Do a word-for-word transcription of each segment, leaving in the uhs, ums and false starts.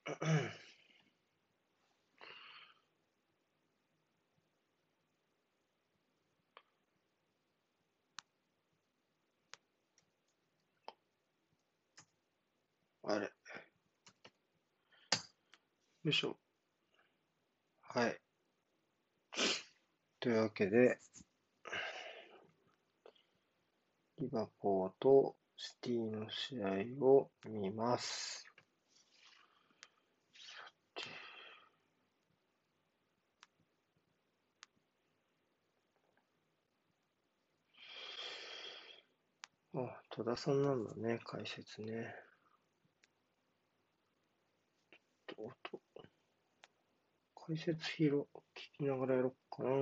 あれ。よいしょ。はい。というわけで、リバポーとシティの試合を見ます。あ、戸田さんなんだね、解説ね。とと解説ヒーロー聞きながらやろっかな。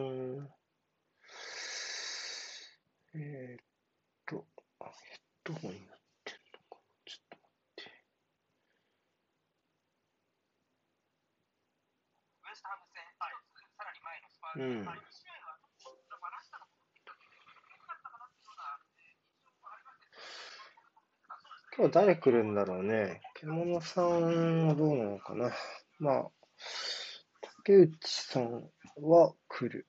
えー、っと、あ、ヘッドホンになってんのかな。ちょっと待って。うん。今日誰来るんだろうね。獣さんはどうなのかな。まあ、竹内さんは来る。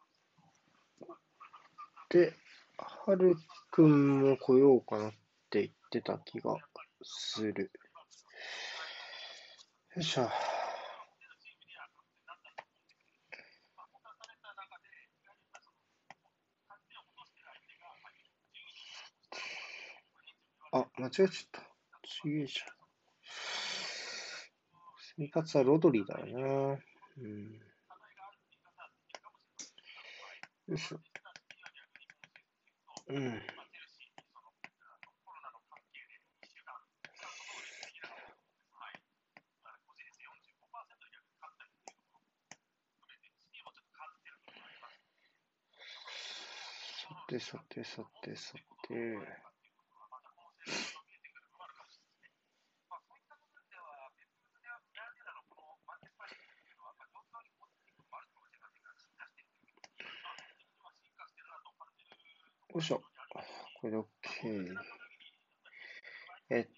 で、はるくんも来ようかなって言ってた気がする。よいしょ。あ、間違えちゃった。ちげえじゃん。先発はロドリだよな。うん。よいしょ。うん。さてさてさてさて。よいしょ。これで OK。えっ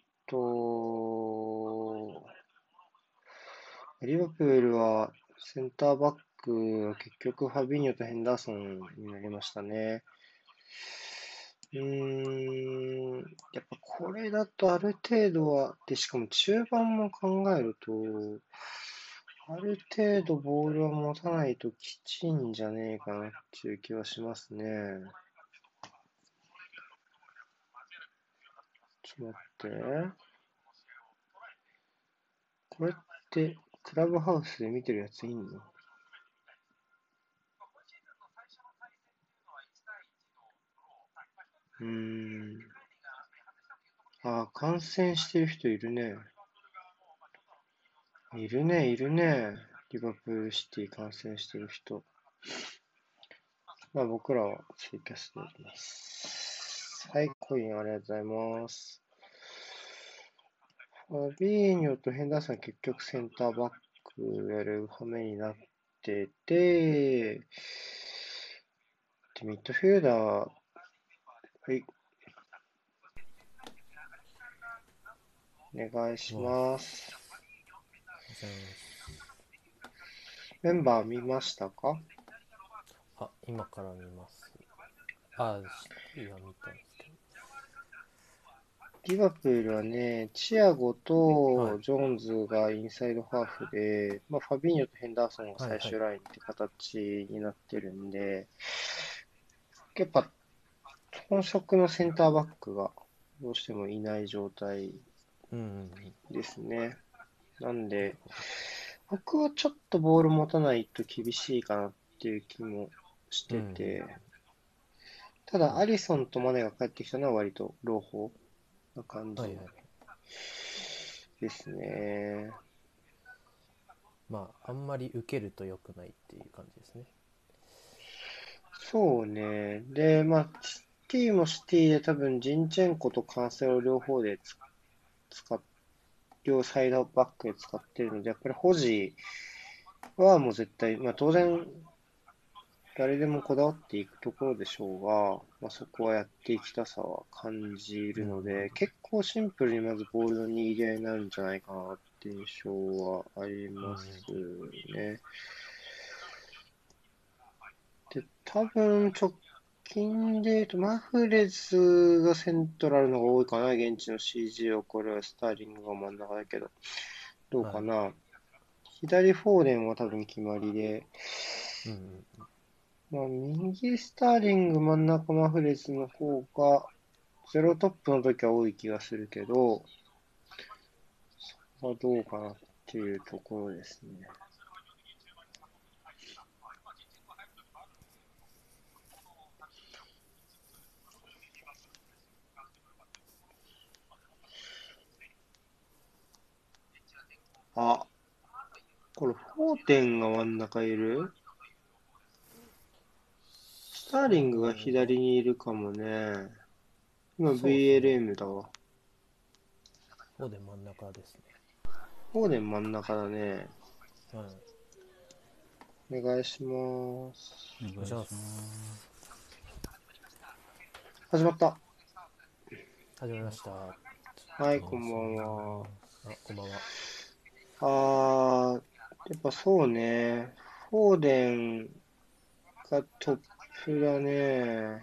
と、リバプールはセンターバックは結局ファビーニョとヘンダーソンになりましたね。うーん、やっぱこれだとある程度は、で、しかも中盤も考えると、ある程度ボールは持たないときちいんじゃねえかなっていう気はしますね。ちょっと待って。これって、クラブハウスで見てるやついんの？うーん。あ、観戦してる人いるね。いるね、いるね。リバプールシティ観戦してる人。まあ僕らはツイキャスでやります。はい、コインありがとうございます。ファビーニョとヘンダーソン結局センターバックやる羽目になってて、で、ミッドフィルダー、はい、お願いしまます。 じゃメンバー見ましたか？ あ、あ、今から見ます。あ、シティは見たんですけリバプールはね、チアゴど。はい。 とジョーンズがインサイドハーフで、まあ、ファビーニョとヘンダーソンが最はいはい。 終ラインって形になってるんで、やっぱ本職のセンターバックがどうしてもいない状態うんうんうん。 ですね。なんで、 なるほど。 僕はちょっとボール持たないと厳しいかなっていう気もしうんうん。 てて、ただ、 まアリソンとマネが帰ってきたのは割と朗報な感あ、はじいはい。 ですね。 まあ、あんまり受けると良くないっていう感じですね。 そうね。で、まあ、シティもシティで多分、ジンチェンコとカンセロ両方でつ使っ、両サイドバックで使ってるので、やっぱり保持はもう絶対、まあ当然、 誰でもこだわっていくところでしょうが、まあ、そこはやっていきたさは感じうん。 るので、結構シンプルにまずボールの握り合いになるんじゃないかなっていう印象はありうん。 ますね。で、多分直近で言うと、マフレズがセントラルのが多いかな、現地の シージー を、これはスターリングが真ん中だけど、どうはい。 かな。左フォーデンは多分決まりで、 うん。 まあ、右スターリング、真ん中マフレズの方が、ゼロトップの時は多い気がするけど、まあ、どうかなっていうところですね。あ、これ、フォーデンが真ん中いる？スターリングがそう、 左にいるかもね。今そうですね。 ブイエルエム だわ。 フォーデン真ん中ですね。 フォーデン真ん中だね。 はい。 お願いします。 お願いしまお願いします。 始まった。 始まりました。あ、 はい、 す。お願いしこんばんは。 ます。 こんばんは。 あー、やっぱそうね。フォーデンがトップだね。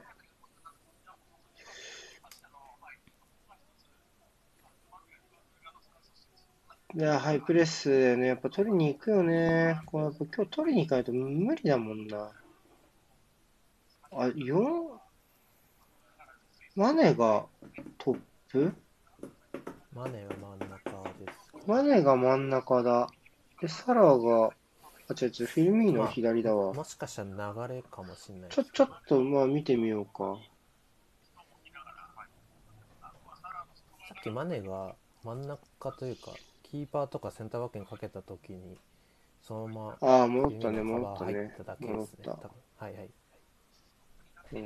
いや、ハイプレスだよね。やっぱ取りに行くよね。これやっぱ今日取りに行かないと無理だもんな。あ、よん? マネがトップ？ マネが真ん中ですかマね。 ネが真ん中だ。で、サラが、あ、違う違う、フィルミーノはまあ、 左だわ。 もしかしたら流れかもしれないちょ、 ですけどね。 ちょっと、まあ見てみようか。 さっきマネが真ん中というか、キーパーとかセンターバックにかけたときに、そのままああ、 フィルミー戻ったね、戻っノがカバーたね。 入っただけですね。 戻った。 多分。はいはい。 戻った。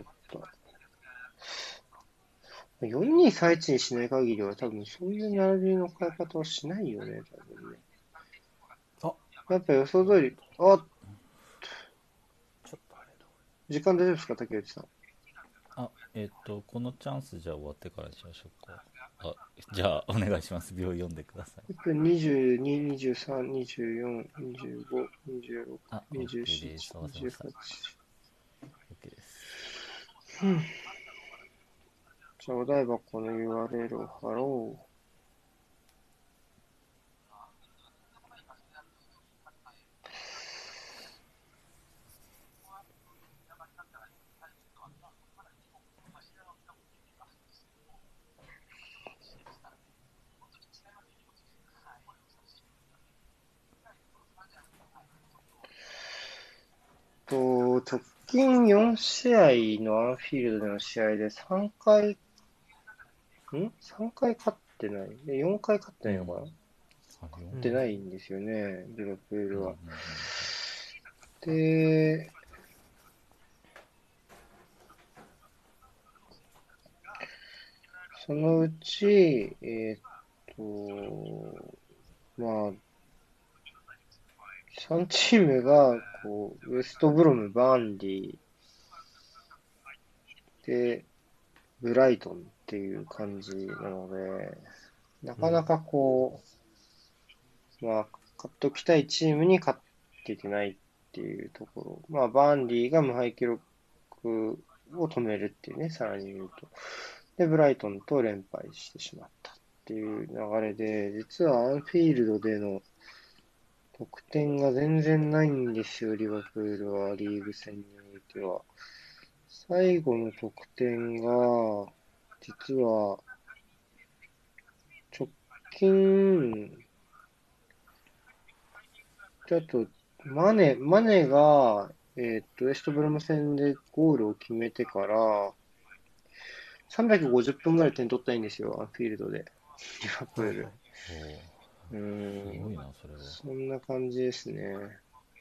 よんにーさんいちにしない限りは多分そういう並びの変え方はしないよね、多分ね。 あ、 やっぱ予想通り、あ、 ちょっとあれだ。 時間大丈夫ですか、竹内さん。 あ、えっと、このチャンスじゃあ終わってからにしましょうか。あ、じゃあお願いします。秒読んでください。 いっぷんにじゅうに、にじゅうさん、にじゅうよん、にじゅうご、にじゅうろく、 あ、 にじゅう OK なな、 です。合わせました。 にじゅうはち。 OK です。 うん。じゃあ、お台箱の ユーアールエル を貼ろう。と、直近よん試合のアンフィールドでの試合でさんかい、ん ?さん 回勝ってない。で、よんかい勝ってうん。 ないのかな？ あ、よん勝ってなかい。 いんですよね、リバプーうんうんうんルは。で、そのうち、えーっと、まあ、さんチームが、こう、ウェストブロム、バーンリー、で、ブライトンっていう感じなので、なうん。 かなかこう、まあ、勝っときたいチームに勝っていけないっていうところ。まあ、バーンリーが無敗記録を止めるっていうね、さらに言うと。で、ブライトンと連敗してしまったっていう流れで、実はアンフィールドでの得点が全然ないんですよ、リバプールは、リーグ戦においては。最後の得点が、実は、直近、ちょっと、マネ、マネが、えーっと、ウェストブロム戦でゴールを決めてから、さんびゃくごじゅっぷんぐらい点取ったいんですよ、アンフィールドで。リバプはいはい。 ール。 おおうーー、すごいん、 な、それは。 そんな感じですね。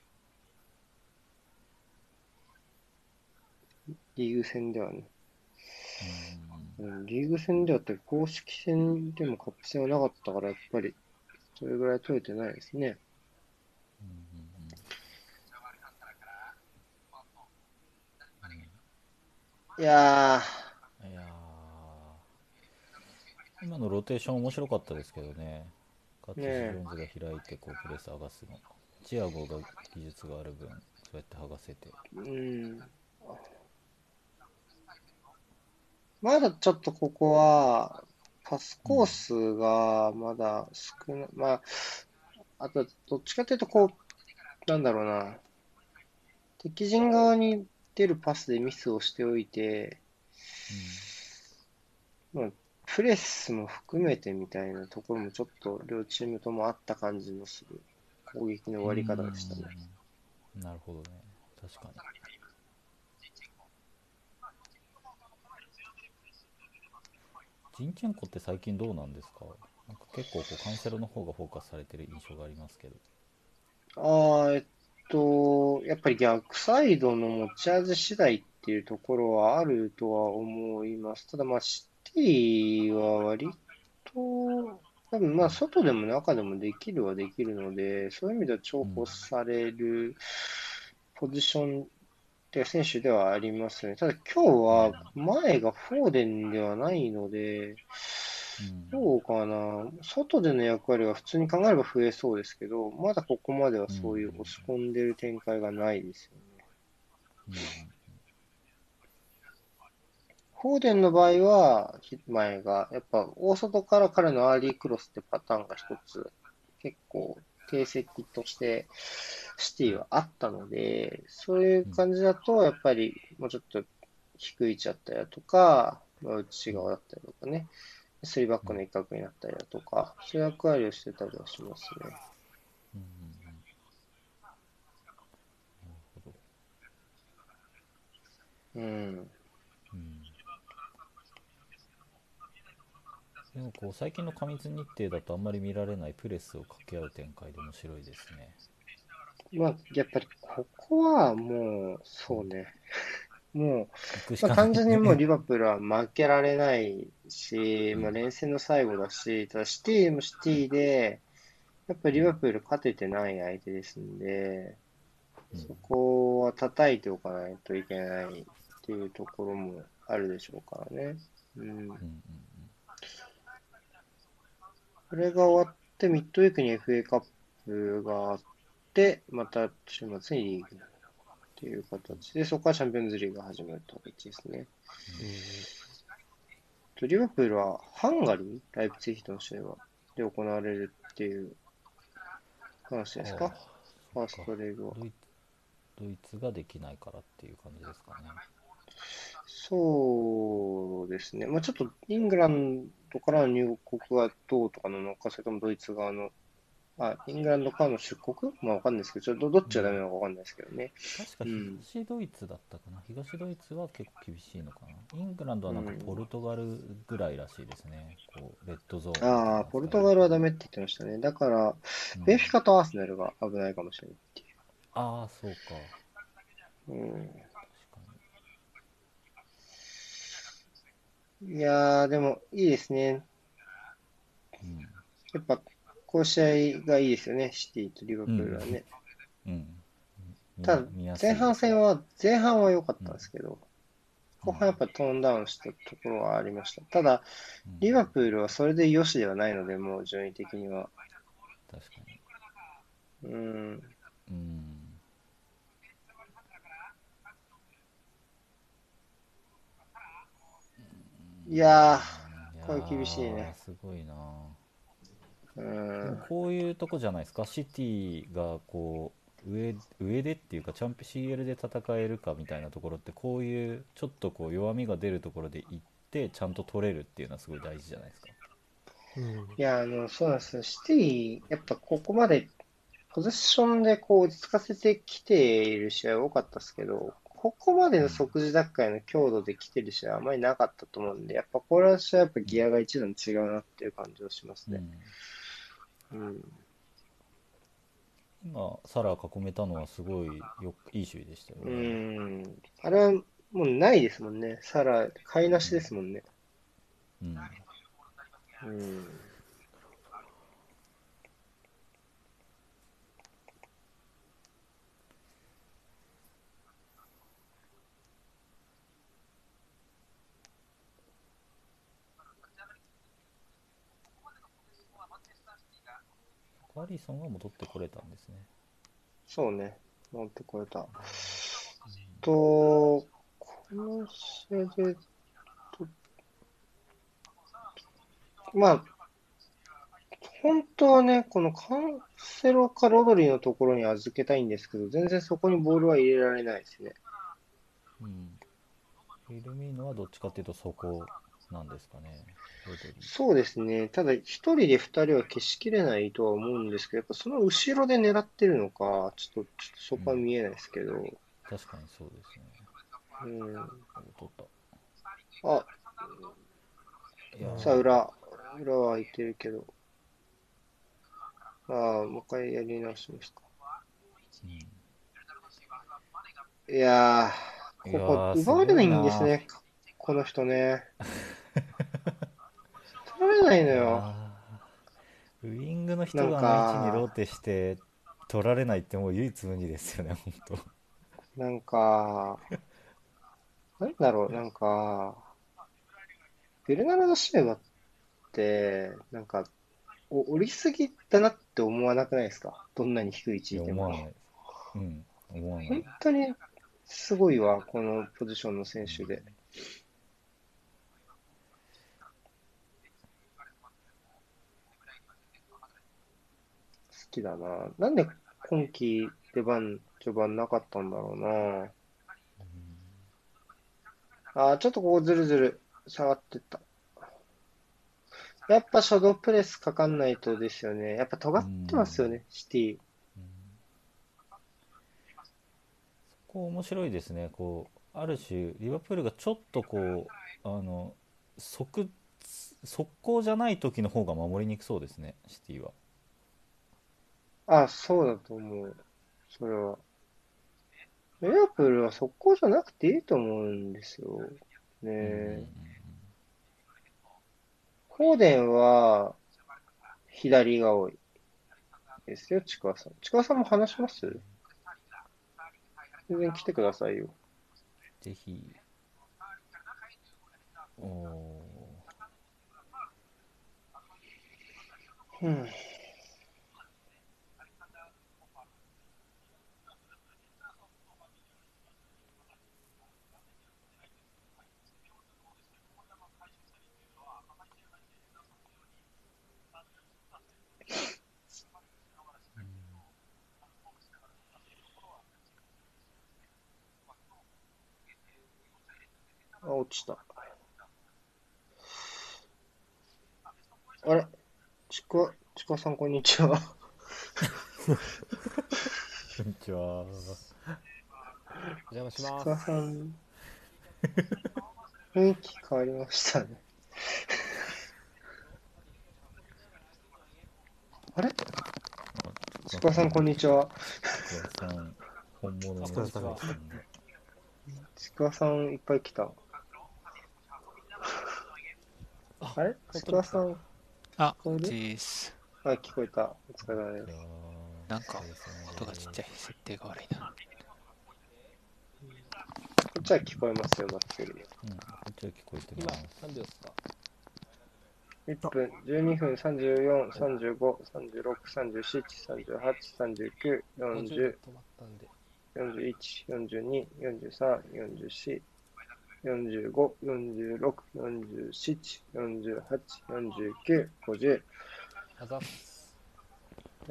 リーグ戦ではね。 うん。 うん、リーグ戦ではって公式戦でもカップ戦はなかったから、やっぱり、それぐらい取れてないですね。 うんうんいやいやー、今のローテーション面白かったですけどね。カーー、 ティス・ジョねーンズが開いてこうプレス剥がすの。チアゴが技術がある分、そうやって剥がせて。 え、うん。まだちょっとここは、パスうん。 コースがまだ少ない。まあ、あと、どっちかというと、こう、なんだろうな。敵陣側に出るパスでミスをしておいて、 うん。 まあ、プレスも含めてみたいなところもちょっと両チームともあった感じのする攻撃の終うーわり方でしたね。 ん。なるほどね。確かに。ジンチェンコって最近どうなんですか？なんか結構こうカンセロの方がフォーカスされてる印象がありますけど。 ああ、えっと、やっぱり逆サイドの持ち味次第っていうところはあるとは思います。ただまあ、シティは割と、多分まあ、外でも中でもできるはできるので、そういう意味では重うん。 宝されるポジションって選手ではありますね。ただ今日うん。 は前がフォーデンではないので、 うん。 どうかな。外での役割は普通に考えれば増えそうですけど、まだここまではうん。 そういう押し込んでる展開がないですよね。 うん。 フォーデンの場合は、前が、やっぱ大外から彼のアーリークロスってパターンが一つ結構定石としてシティはあったので、そういううん。 感じだと、やっぱりもうちょっと低い位置だったりだとか、まあ、内側だったりとかね、スリーバッうん。 クの一角になったりだとか、そういう役割をしてたりはしますね。 うん。なるほど。 うん。 うん。でもこう最近の過密日程だとあんまり見られないプレスを掛け合う展開で面白いですね。 まあ、やっぱりここはもう、 うん。 そうね。もう、 行くしまあ、 かない。 単純にもうリバプールは負けられないし、まあ、 うん。 連戦の最後だし、ただシティもシティで、やっぱりうん。 リバプール勝ててない相手ですんで、 うん。 そこは叩いておかないといけないっていうところもあるでしょうからね。うん。 うん。 これが終わって、ミッドウィークに エフエー カップがあって、また週末にリーグっていう形で、そこからチャンピオンズリーグが始まるという形ですね。 うん。 とリバプールはハンガリー、ライプツィヒとの試合はで行われるっていう話ですか？ ああ、 ファースそっか。 トレグは。 ドイドイツができないからっていう感じですかね。 そうですね。まあちょっとイングランドからの入国がどうとかなのか、それともドイツ側の、あ、イングランドからの出国まあわかんないですけど、ちょっとどっうん。 ちがダメなのかわかんないですけどね。 確かうん。 東ドイツだったかな。東ドイツは結構厳しいのかな。イングランドはなんかうん。 ポルトガルぐらいらしいですね。こうレッドゾーンみたいああ、 なポルト扱いを受ける。 ガルはダメって言ってましたね。だから、 うん。 ベンフィカとアーセナルが危ないかもしれないっていああ、そうか。 う。う確かん。いやー、でもいいですね。 に。うん。 やっぱ、こう試合がいいですよね。シティとリバうん。 プールはね。 うん。見や、 ただ、 見や前すいですね。 半戦は、前半は良かっうん。 たんですけど、 うん。 後半やっぱトーンダウンしたところはありました。ただ、 うん。 リバプールはそれで良しではないので、もう順位的には。 確かに。 うん。 うん。 いやー、 いやこれ厳しいー、 ね。 すごいな。 うでもん。 こういうとこじゃないですか。シティがこう上上でっていうかチャンピ シーエル で戦えるかみたいなところってこういうちょっとこう弱みが出るところで行ってちゃんと取れるっていうのはすごい大事じゃないですか。 うん。 いや、あの、そうなんですよ。シティ、やっぱここまでポゼッションでこう落ち着かせてきている試合多かったですけど、ここまでのうん。 即時奪回の強度で来てる試合はあまりなかったと思うんで、やっぱこれはやっぱうん。 ギアが一段違うなっていう感じがしますね。 うん。 うん。 今サラ囲めたのはすごいよいい守備でしたようね。 ん。あれはもうないですもんね。さら、買いなしですもんね。 うん。 うん。 アリソンは戻ってこれたんですね。 そうね。持ってこれた。と、この試合で、とまあ、本当はね、このカンセロかロドリのところに預けたいんですけど、全然そこにボールは入れられないですね。 うん。フィルミーノはどっちかっていうとそこなんですかね。ロドリ。 そうですね。ただ、一人で二人は消しきれないとは思うんですけど、やっぱその後ろで狙ってるのか、ちょっと、ちょっとそこは見えないですけど、 確かにそうですね。 うん。 お取っあ、 た。いやさあ、 ー、 裏、裏は空いてるけど、ああ、もう一回やり直しますか。いやー、 いここ、 やー、す奪われないんですごいなね。この人ね。取られないのー。いよ。 やー、ウイングのなん人があの位置にローか、 テして取られないってもう唯一無二ですよね、本なんか、なんだろう、なんか、ベルナルド・シウバって、なんか、お、降りすぎだなって思わなくないですか？どんなに低い位置当。いや、 いても。 思わない。うん、思わない。 本当にすごいわ、このポジションの選手で。好きだな。なんで今季出番序盤なかったんだろうな。あー、ちょっとここずるずる下がってった。やっぱシャドープレスかかんないとですよね。やっぱ尖うってますよん。 ね、シティ。 こう面白いですね。こうある種リバプールがちょっとこうあの速速攻じゃない時の方が守りにくそうですね、シティは。 あ、そうだと思う。それは。リバプールは速攻じゃなくていいと思うんですよ。ねうんうんうん。 え。フォーデンは左が多いですよ、ちくわさん。ちくわさんも話します？全然来てくださいよ。 ぜひ。おー。 うん。あ、落ちた。あれちくわ、ちくわさん、こんにちは。 こんにちは。 お邪魔します。 ちくわさん、雰囲気変わりましたね。あれちくわさん、こんにちは。 ちくわさん本物のお疲れちく様です。 わさんだ。 ちくわさん、いっぱい来た。 あ、 あれちくわさん、聞あ、 こえる？ です。 あ、聞こえた。お疲れ様でじゃあす。 なんかお疲れ様音がちっちゃい。 です。 設定が悪いな。 こっちは聞こえますよ、ばっちり。 うん、こっちは聞こえて今ます。 何秒ですか？ いっぷん、じゅうにふん、さんじゅうよん、さんじゅうご、さんじゅうろく、さんじゅうなな、さんじゅうはち、さんじゅうきゅう、 ごじゅうよんじゅう、 で止まったんで。 よんじゅういち、よんじゅうに、よんじゅうさん、よんじゅうよん、よんじゅうご、よんじゅうろく、よんじゅうなな、よんじゅうはち、よんじゅうきゅう、ごじゅう。 あざっす。 はい。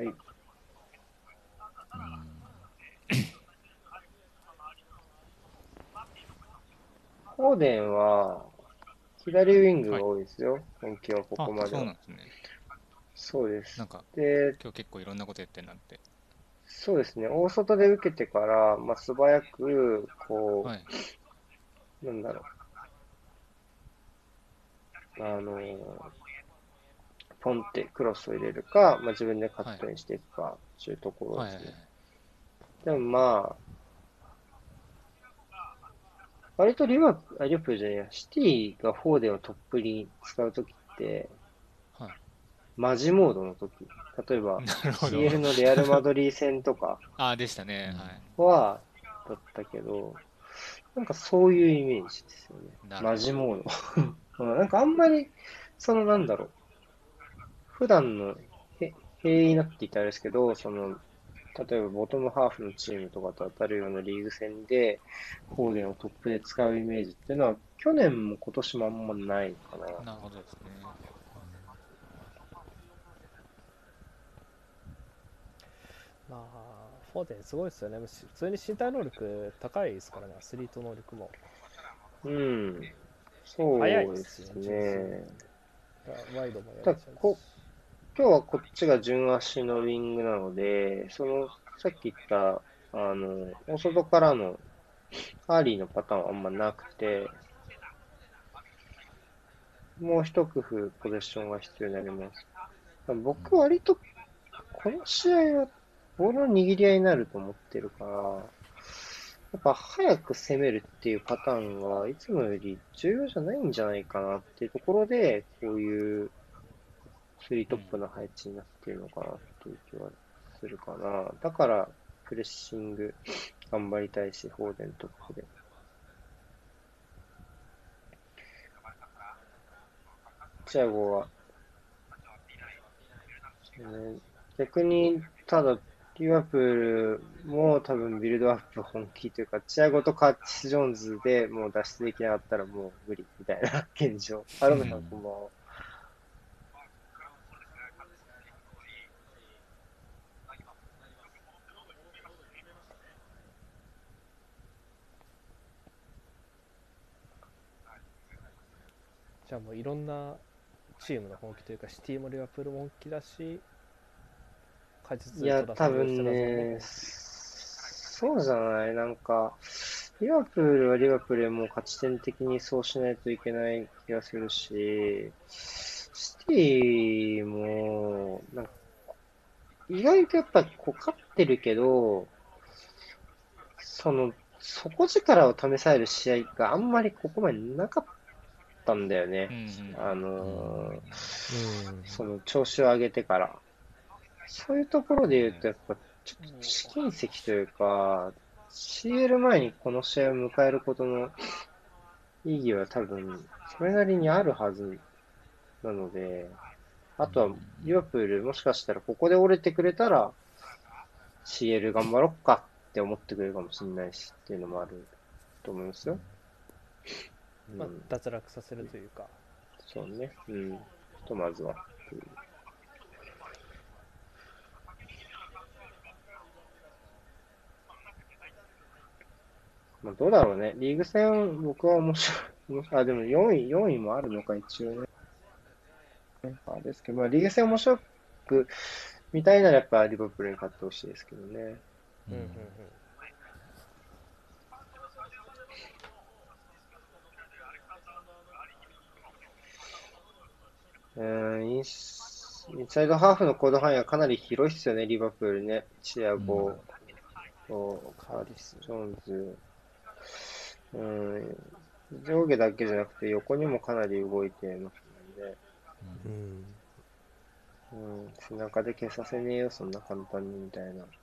フォーデンは、左ウィングはい。 が多いですよ。今季はこあ、 こまでは。 そうなんですね。 そうですなんか、 で、 今日結構いろんなことやってんなって。 そうですね。大外で受けてから、まあ、素早く、こはい。 う、なんだろう、あのポンってクロスを入れるか、まあ、自分でカッはい。 トインしていくか、というところはいはいはい。 ですね。でもまあ、割とリバプ、あ、リバプールじゃないや、シティがフォーデンをトップに使うときって、 はマジモードのとき、例えばい。なるほど。 シーエル のレアル・マドリー戦とかあ、でしたね。 うん、 はは、だったけど、なんかそういうイメージですよね。 い。なるマほど。 ジモード。うんなんかあんまり、そのなんだろう、普段のへ平易なって言ったらあれですけど、その、例えばボトムハーフのチームとかと当たるようなリーグ戦で、フォーデンをトップで使うイメージっていうのは、去年も今年もあんまないかな。 なるほどですね。 まあ、フォーデンすごいですよね。普通に身体能力高いですからね、アスリート能力も。 うん、 速いそうですですしね、純粋に。 ね。 ワイドもやれちゃうただこ、 し。 今日はこっちが順足のウィングなので、その、さっき言った、あの、大外からのアーリーのパターンはあんまなくて、もう一工夫ポゼッションが必要になります。僕割とこの試合はボールの握り合いになると思ってるから、やっぱ早く攻めるっていうパターンがいつもより重要じゃないんじゃないかなっていうところで、こういうスリートップの配置になっているのかなっていう気はするかな。だから、プレッシング頑張りたいし、フォーデントップで。チアゴは、ね、逆に、ただ、リバプールも多分ビルドアップ本気というか、チアゴとカーティス・ジョーンズでもう脱出できなかったらもう無理みたいな現状。アロメさんこんばんは。 じゃあもういろんなチームの本気というか、シティもリバプールも本気だし、果実いや、 と出多せるオースト分ラズもね、 本気。 そうじゃない。なんか、リバプールはリバプールでもう勝ち点的にそうしないといけない気がするし、シティも、なんか意外とやっぱこう勝ってるけど、その、底力を試される試合があんまりここまでなかったんだよね。 うんうんあのーうん。 その調子を上げてから。そういうところで言うと、やっぱちょっと試金石というか、シーエル 前にこの試合を迎えることの意義は多分、それなりにあるはずなので、あとは、リバプール、もしかしたらここで折れてくれたら、シーエル 頑張ろっかって思ってくれるかもしれないしっていうのもあると思いますよ。うまあ、 ん、 脱落させるというか。 そうね。うん。ひとまずはっていう。まあ、どうだろうね。リーグ戦、僕は面白い。あ、でもよんい、よんいもあるのか、一応ね。あですけど、まあ、リーグ戦面白く見たいならやっぱリバプールに勝ってほしいですけどね。 うんうんうん。 うーん、インス、インサイドハーフの行動範囲はかなり広いっすよね、リバプールね。チアゴ、とカーティス・ジョーンズ。うん、上下だけじゃなくて横にもかなり動いてますもんね。 うんうん、背中で消させねえよ、そんな簡単にみたいな。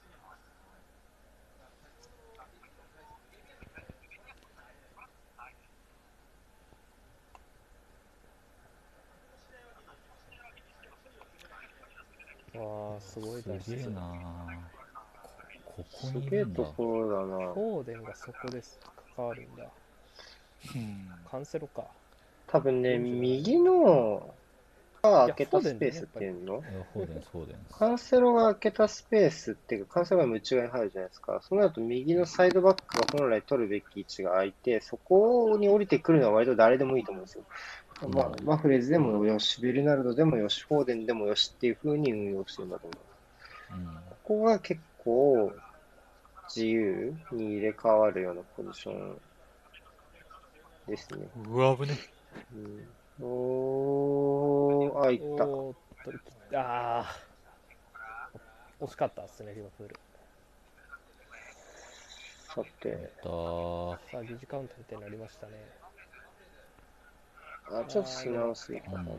わあ、すごい脱出。 すげえなここすにいるんだ。 げえところだな。 フォーデンがそこです関わるんだ。 うんカンセロか。 多分ね、 よんじゅうなな右のがいや、 開けたフォーデンだよね、 スペースってやっぱり。 いうのいやフォーデンフォーデンです。 カンセロが開けたスペースっていうか、カンセロが内側に入るじゃないですか。そうなると右のサイドバックが本来取るべき位置が空いて、そこに降りてくるのは割と誰でもいいと思うんですよ。まあ、マフレーズでもよし、ベルナルドでもよし、フォーデンでもよしっていう風に運用してるんだと思う。 うんここが結構自由に入れ替わるようなポジションですね。 うわ、危ね。 うん、おー、あ、いった。 おーっと、きああ、惜しかったですね、リバプール。 さて、 だーさあ、疑似カウントみたいになりましたね。 あ、ちょっとし直すかな。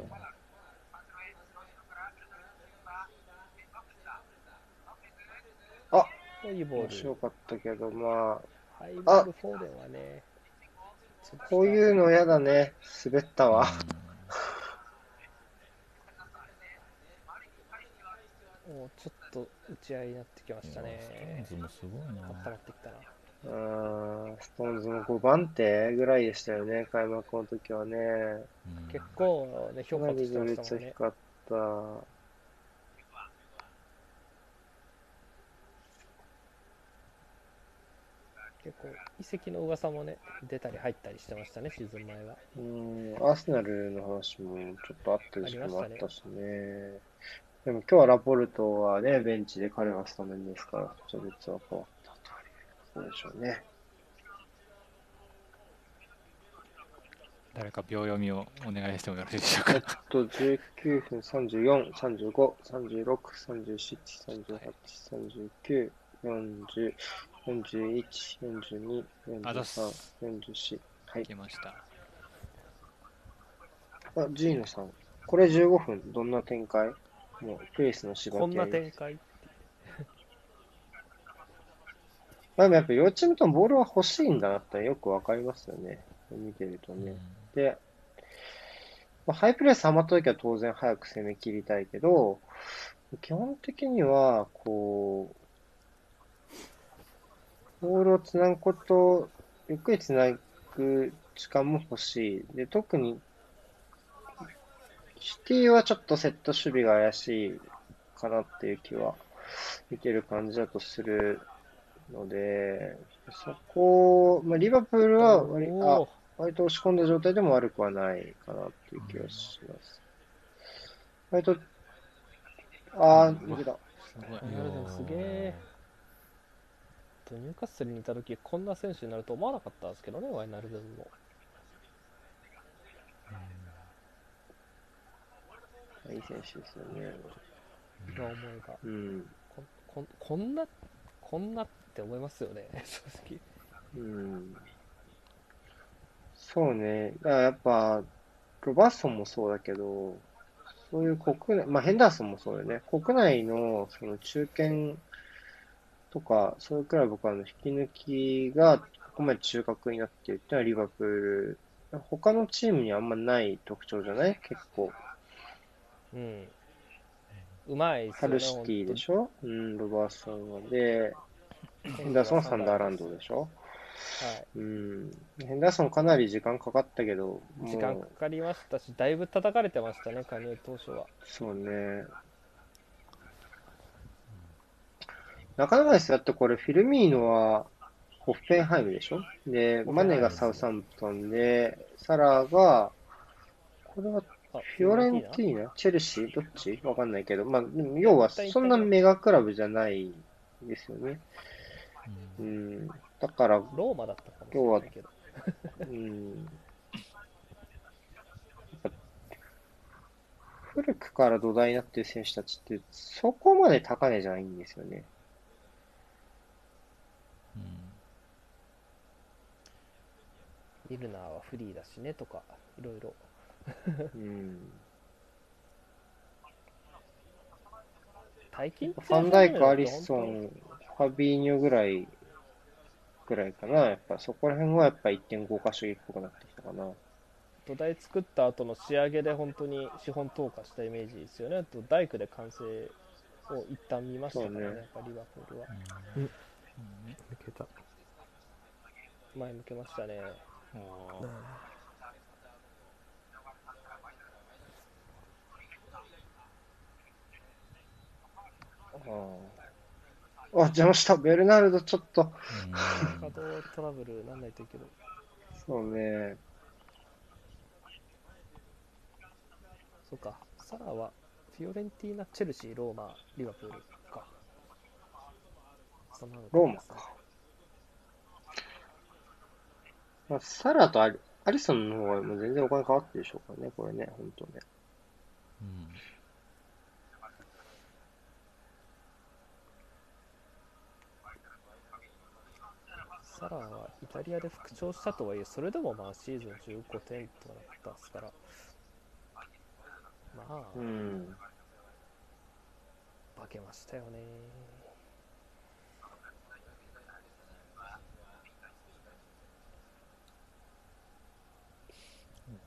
あ、 いいボール。 面白かったけど、まハイボールフォーデンはね、 あ、こういうのやだね。滑ったわ。 もうちょっと打ち合いになってきましたいやね。 ストーンズもすごいな。 温まってきたな。 あーストーンズもごばん手ぐらいでしたよね、開幕の時はね。 うん結構ね、評かなり価としてま序列したもんね。 低かった。 結構移籍の噂もね、出たり入ったりしてましたね、シーズン前は。 うん、アーセナルの話もちょっとあった時期もあったしね。でも今日はラポルトはね、ベンチで彼がスタメンですから、序列は変わったということでしょうね。 誰か秒読みをお願いしてもよろしいでしょうえっか。 と、じゅうきゅうふんさんじゅうよん、さんじゅうご、さんじゅうろく、さんじゅうなな、さんじゅうはち、さんじゅうきゅう、よんじゅう、よんじゅういち、よんじゅうに、 あざっよんじゅうさん、 す。 よんじゅうよん。はい。 来ました。 あ、ジーノさん。これじゅうごふん、どんな展開？もう、プレスの縛こんり合い。 な展開。 まあ、でもやっぱ両チームともボールは欲しいんだなってよくわかりますよね。見てるとね。で、まあ、ハイプレスハマった時は当然早く攻め切りたいけど、基本的には、こう、ボールをつなぐこと、ゆっくりつなぐ時間も欲しい。で、特に、シティはちょっとセット守備が怪しいかなっていう気は、見てる感じだとするので、そこを、まあ、リバプールは割、あ、 おお、 割と押し込んだ状態でも悪くはないかなっていう気がします。割と、あー、 うわ、 抜けた。 すごい。 ワイナルドゥンすげえ。とニューカッスルにいた時こんな選手になると思わなかったんですけどね、ワイナルドゥンも。 いい選手ですよね。 今思えばうん。 ここんこんなこんなって思いますよね、正直。 うん。そうね。だからやっぱ、ロバーソンもそうだけど、そういう国内、まあヘンダーソンもそうだよね。国内のその中堅とか、そういうクラブからの引き抜きが、ここまで中核になっているっていうのはリバプール、他のチームにはあんまない特徴じゃない結構。 うん、うまいですよね、 ハルシティ本当。 でしょうん、ロバーソンは。で、ヘンダーソンは今度はササンダーランンダーランドです。 ドでしょはい。 うん。ヘンダーソンかなり時間かかったけど、 時間かもう、 かりましたし、だいぶ叩かれてましたね、加入当初は。 そうね。なかなかですよ。だってこれ、フィルミーノは、ホッフェンハイムでしょで、 ホフェマネがンハイムですね。 サウサンプトンで、サラが、これはあ、フィオフィオレレンティーナンティーナチェルシーどっちわかんないけど、まあ、でも要は一旦イそんなタリア、 メガクラブじゃないですよね。うん。だから、 ローマだったかもし要は、 れないけど。 うん。古くから土台になってる選手たちって、そこまで高値じゃないんですよね。 ミルナーはフリーだしねとか、いろいろ。 うん。 大金ファンダイク、アリって本当、 ソン、ファビーニョぐらい、ぐらいかな。やっぱそこら辺はやっぱいってんごか主義っぽくなってきたかな。 土台作った後の仕上げで本当に資本投下したイメージですよね。あと大工で完成を一旦見ましたからね、 そうねやっぱリバプールは。 うん、 抜けた。前向けましたね。 おーああ、邪魔した。ベルナルド、ちょっと。 稼働トラブルなんないといいけど。 そうね。 そうか、サラはフィオレンティーナ、チェルシー、ローマ、リバプールか。そのローマか。まあ、サラとアリ、アリソンの方がもう全然お金変わってるでしょうからね、これね、本当ね。 サラはイタリアで復調したとはいえ、それでもまあシーズンじゅうごてんとなったですから、まあ、 うん。 化けましたよね。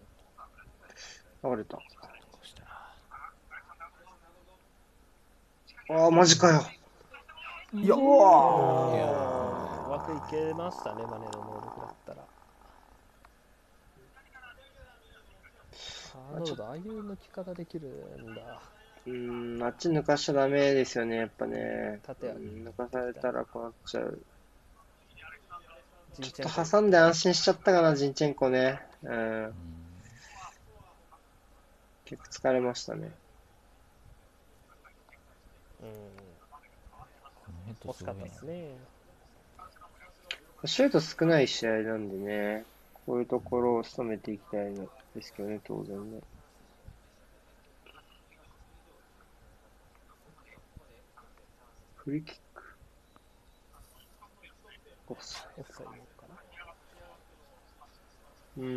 流れた。 どうした。 ああ、マジかよ。 いや、 ううわまくいけましたね、マネの能力だったら。アーノルド、ああいう抜き方できるんだ。 ー。うーん、あっち抜かしちゃダメですよね、やっぱね。う縦はん、抜かされたらこうなっちゃう。ちょっジンチェンコ。 と挟んで安心しちゃったかな、ジンチェンコね。うん、結構疲れましたね。 うん、 このヘッド惜しかっすごいな。 たですね。 シュート少ない試合なんでね、こういうところを務めていきたいのですけどね、当然ね。フリーキック。オフサイオフサイドかな。 ド。うん。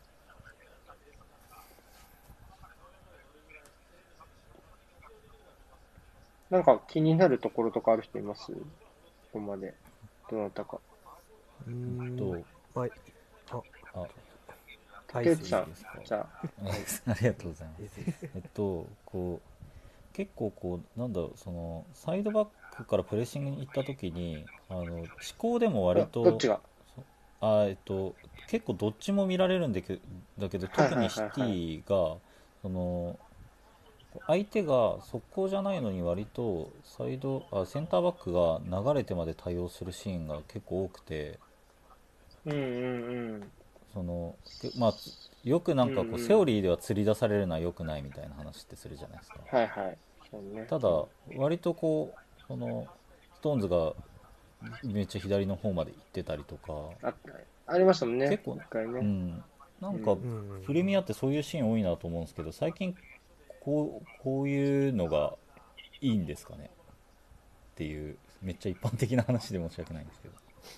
なんか気になるところとかある人います？ここまで。どなたか。 うーん、 と、 はい。あ、 あ、 はい、 竹内さんいいですか。 じゃあ、 あはい。 ありがとうございます。 いいですえっと、こう、結構こう、なんだろう、その、サイドバックからプレッシングに行った時に、あの、思考でも割あ、どっと、 ちが？ そあ、えっと、結構どっちも見られるんだけだけど、 はいはい特にシテはいはい。 ィが、その、相手が速攻じゃないのに割とサイドあセンターバックが流れてまで対応するシーンが結構多くて、 うんうんうん。 そのけまあよくなうんんかこううん。 セオリーでは釣り出されるのは良くないみたいな話ってするじゃないですか。 はいはい。そうね。 ただ割とこうそのストーンズがめっちゃ左の方まで行ってたりとか、 あ、ありましたもんね。 結構、 一回ね。 うんなんかうん。 うん。 プレミアってそういうシーン多いなと思うんですけど、最近こうこういうのがいいんですかねっていう、めっちゃ一般的な話で申し訳ないんですけど。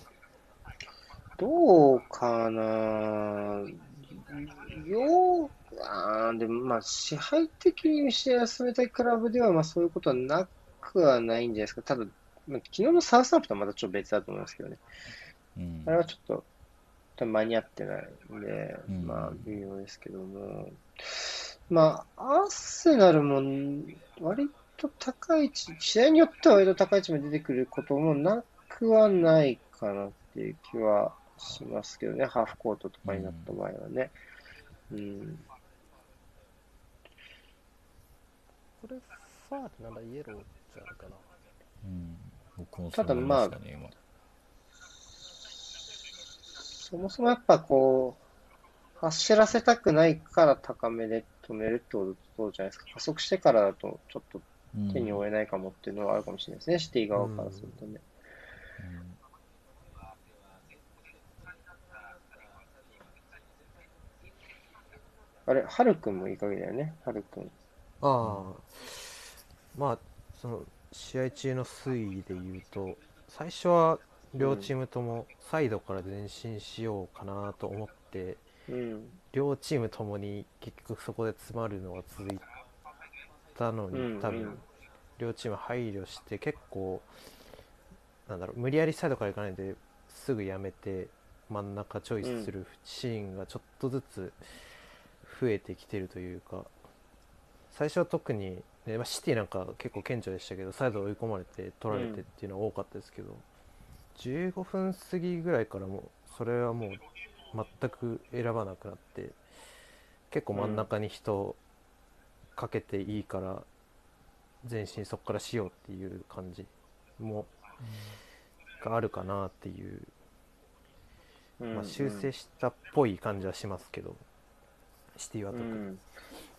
どうかな。よう、あーでもまあ支配的に試合を進めたいクラブではまあそういうことはなくはないんじゃないですか。ただ、まあ、昨日のサウスアンプトンはまたちょっと別だと思いますけどね。 うんあれはちょっと多分間に合ってないんで、 うんうまあん微妙ですけども。まあ、アーセナルも割と高い位置、試合によっては割と高い位置まで出てくることもなくはないかなっていう気はしますけどね。ハーフコートとかになっうんた場合はね。うん。 これ、ファールなんだ、イエローじゃないかな。 うん僕もそう思いまただまあ、 したね今。 そもそもやっぱこう、走らせたくないから高めで止めるってことじゃないですか。加速してからだとちょっと手にうん負えないかもっていうのはあるかもしれないですね。シティう側からするん。 とね。 うんあれ、ハルくんもいい加減だよね。ハルくん。 ああ、まあ、その、試合中の推移で言うと、最初は両チームともサイドから前進しようかなと思って、 うん。 両チームともに結局そこで詰まるのが続いたのに、 うん。 多分、 うん。 両チーム配慮して結構、なんだろう、無理やりサイドから行かないですぐやめて真ん中チョイうん。 スするシーンがちょっとずつ増えてきてるというか、最初は特に、ねまあ、シティなんか結構顕著でしたけど、サイド追い込まれて取られてっうん。 ていうのは多かったですけど、じゅうごふん過ぎぐらいからもうそれはもう全く選ばなくなって、結構真んうん。 中に人をかけていいから前進そこからしようっていう感じもがあるかなっていう、 うまあ、修正ん。 したっぽい感じはしますけど、シティは特に。 うん。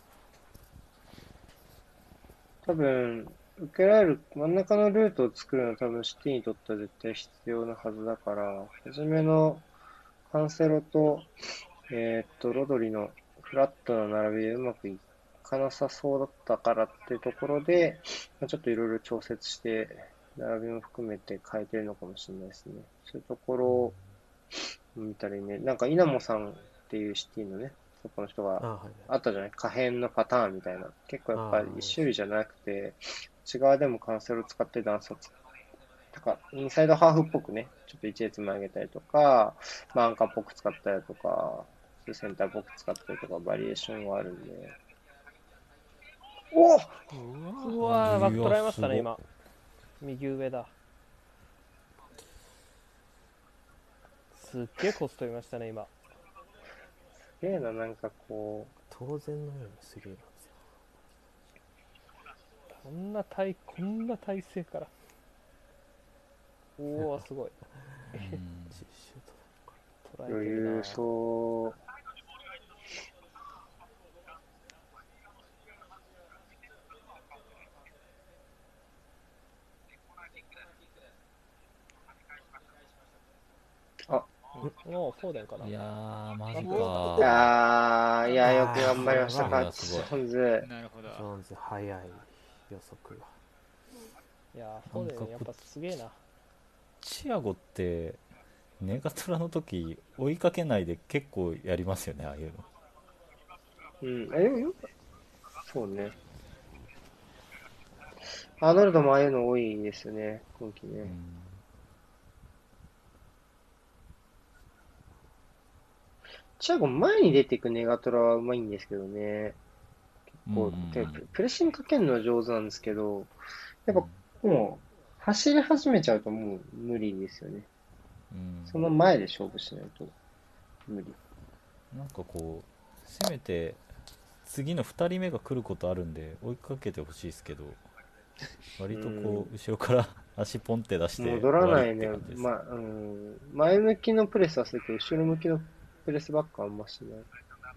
多分、受けられる真ん中のルートを作るのは多分シティにとっては絶対必要なはずだから、初めのカンセロと、えーっと、ロドリのフラットな並びでうまくいかなさそうだったからっていうところで、まあちょっといろいろ調節して、並びも含めて変えてるのかもしれないですね。そういうところを見たらいいね。なんか、稲茂さんっていうシティのね、そこの人がああ、はいはい。 あったじゃない、可変のパターンみたいな。結構やっぱりあ一種類じゃなくて、内側でもカンセルを使って段差をつとか、インサイドハーフっぽくね、ちょっと一列前上げたりとか、まあ、アンカーっぽく使ったりとか、センターっぽく使ったりとか、バリエーションはあるんで。おうわバック捉えましたねいや今。右上だ。すっげえコストいましたね今。 すげえな、なんかこ当然のようにすげえなんですよ。 こんな体こんな体勢から。おおすごい。 うんシュート捉う、余えてるな。 裕そう。あ、 もうフォーデンかな。 いやーマジういかやー、いや、よくあー頑張りました、 これはカッチジョーンズ。 なるほど。 ジョーンズ早い予測が。 いやーフォーデンやっぱすげえな。 チアゴってネガトラの時追いかけないで結構やりますよね、ああいうの。 うん、え、よそうね。アーノルドもああいうの多いですよね、今季ね。 うんチアゴ前に出ていくネガトラはうまいんですけどね。こう、 うんうんてププレッシングかけるのは上手なんですけど、やっうんぱもう、走り始めちゃうともう無理ですよね。 うんその前で勝負しないと無理。 なんかこうせめて次のふたりめが来ることあるんで追いかけてほしいですけど、割とこう後ろから足ポンって出して戻ら終わりっないね。 て感じです。 ま、うん。前向きのプレスはするけど、後ろ向きのプレスばっかあんましない。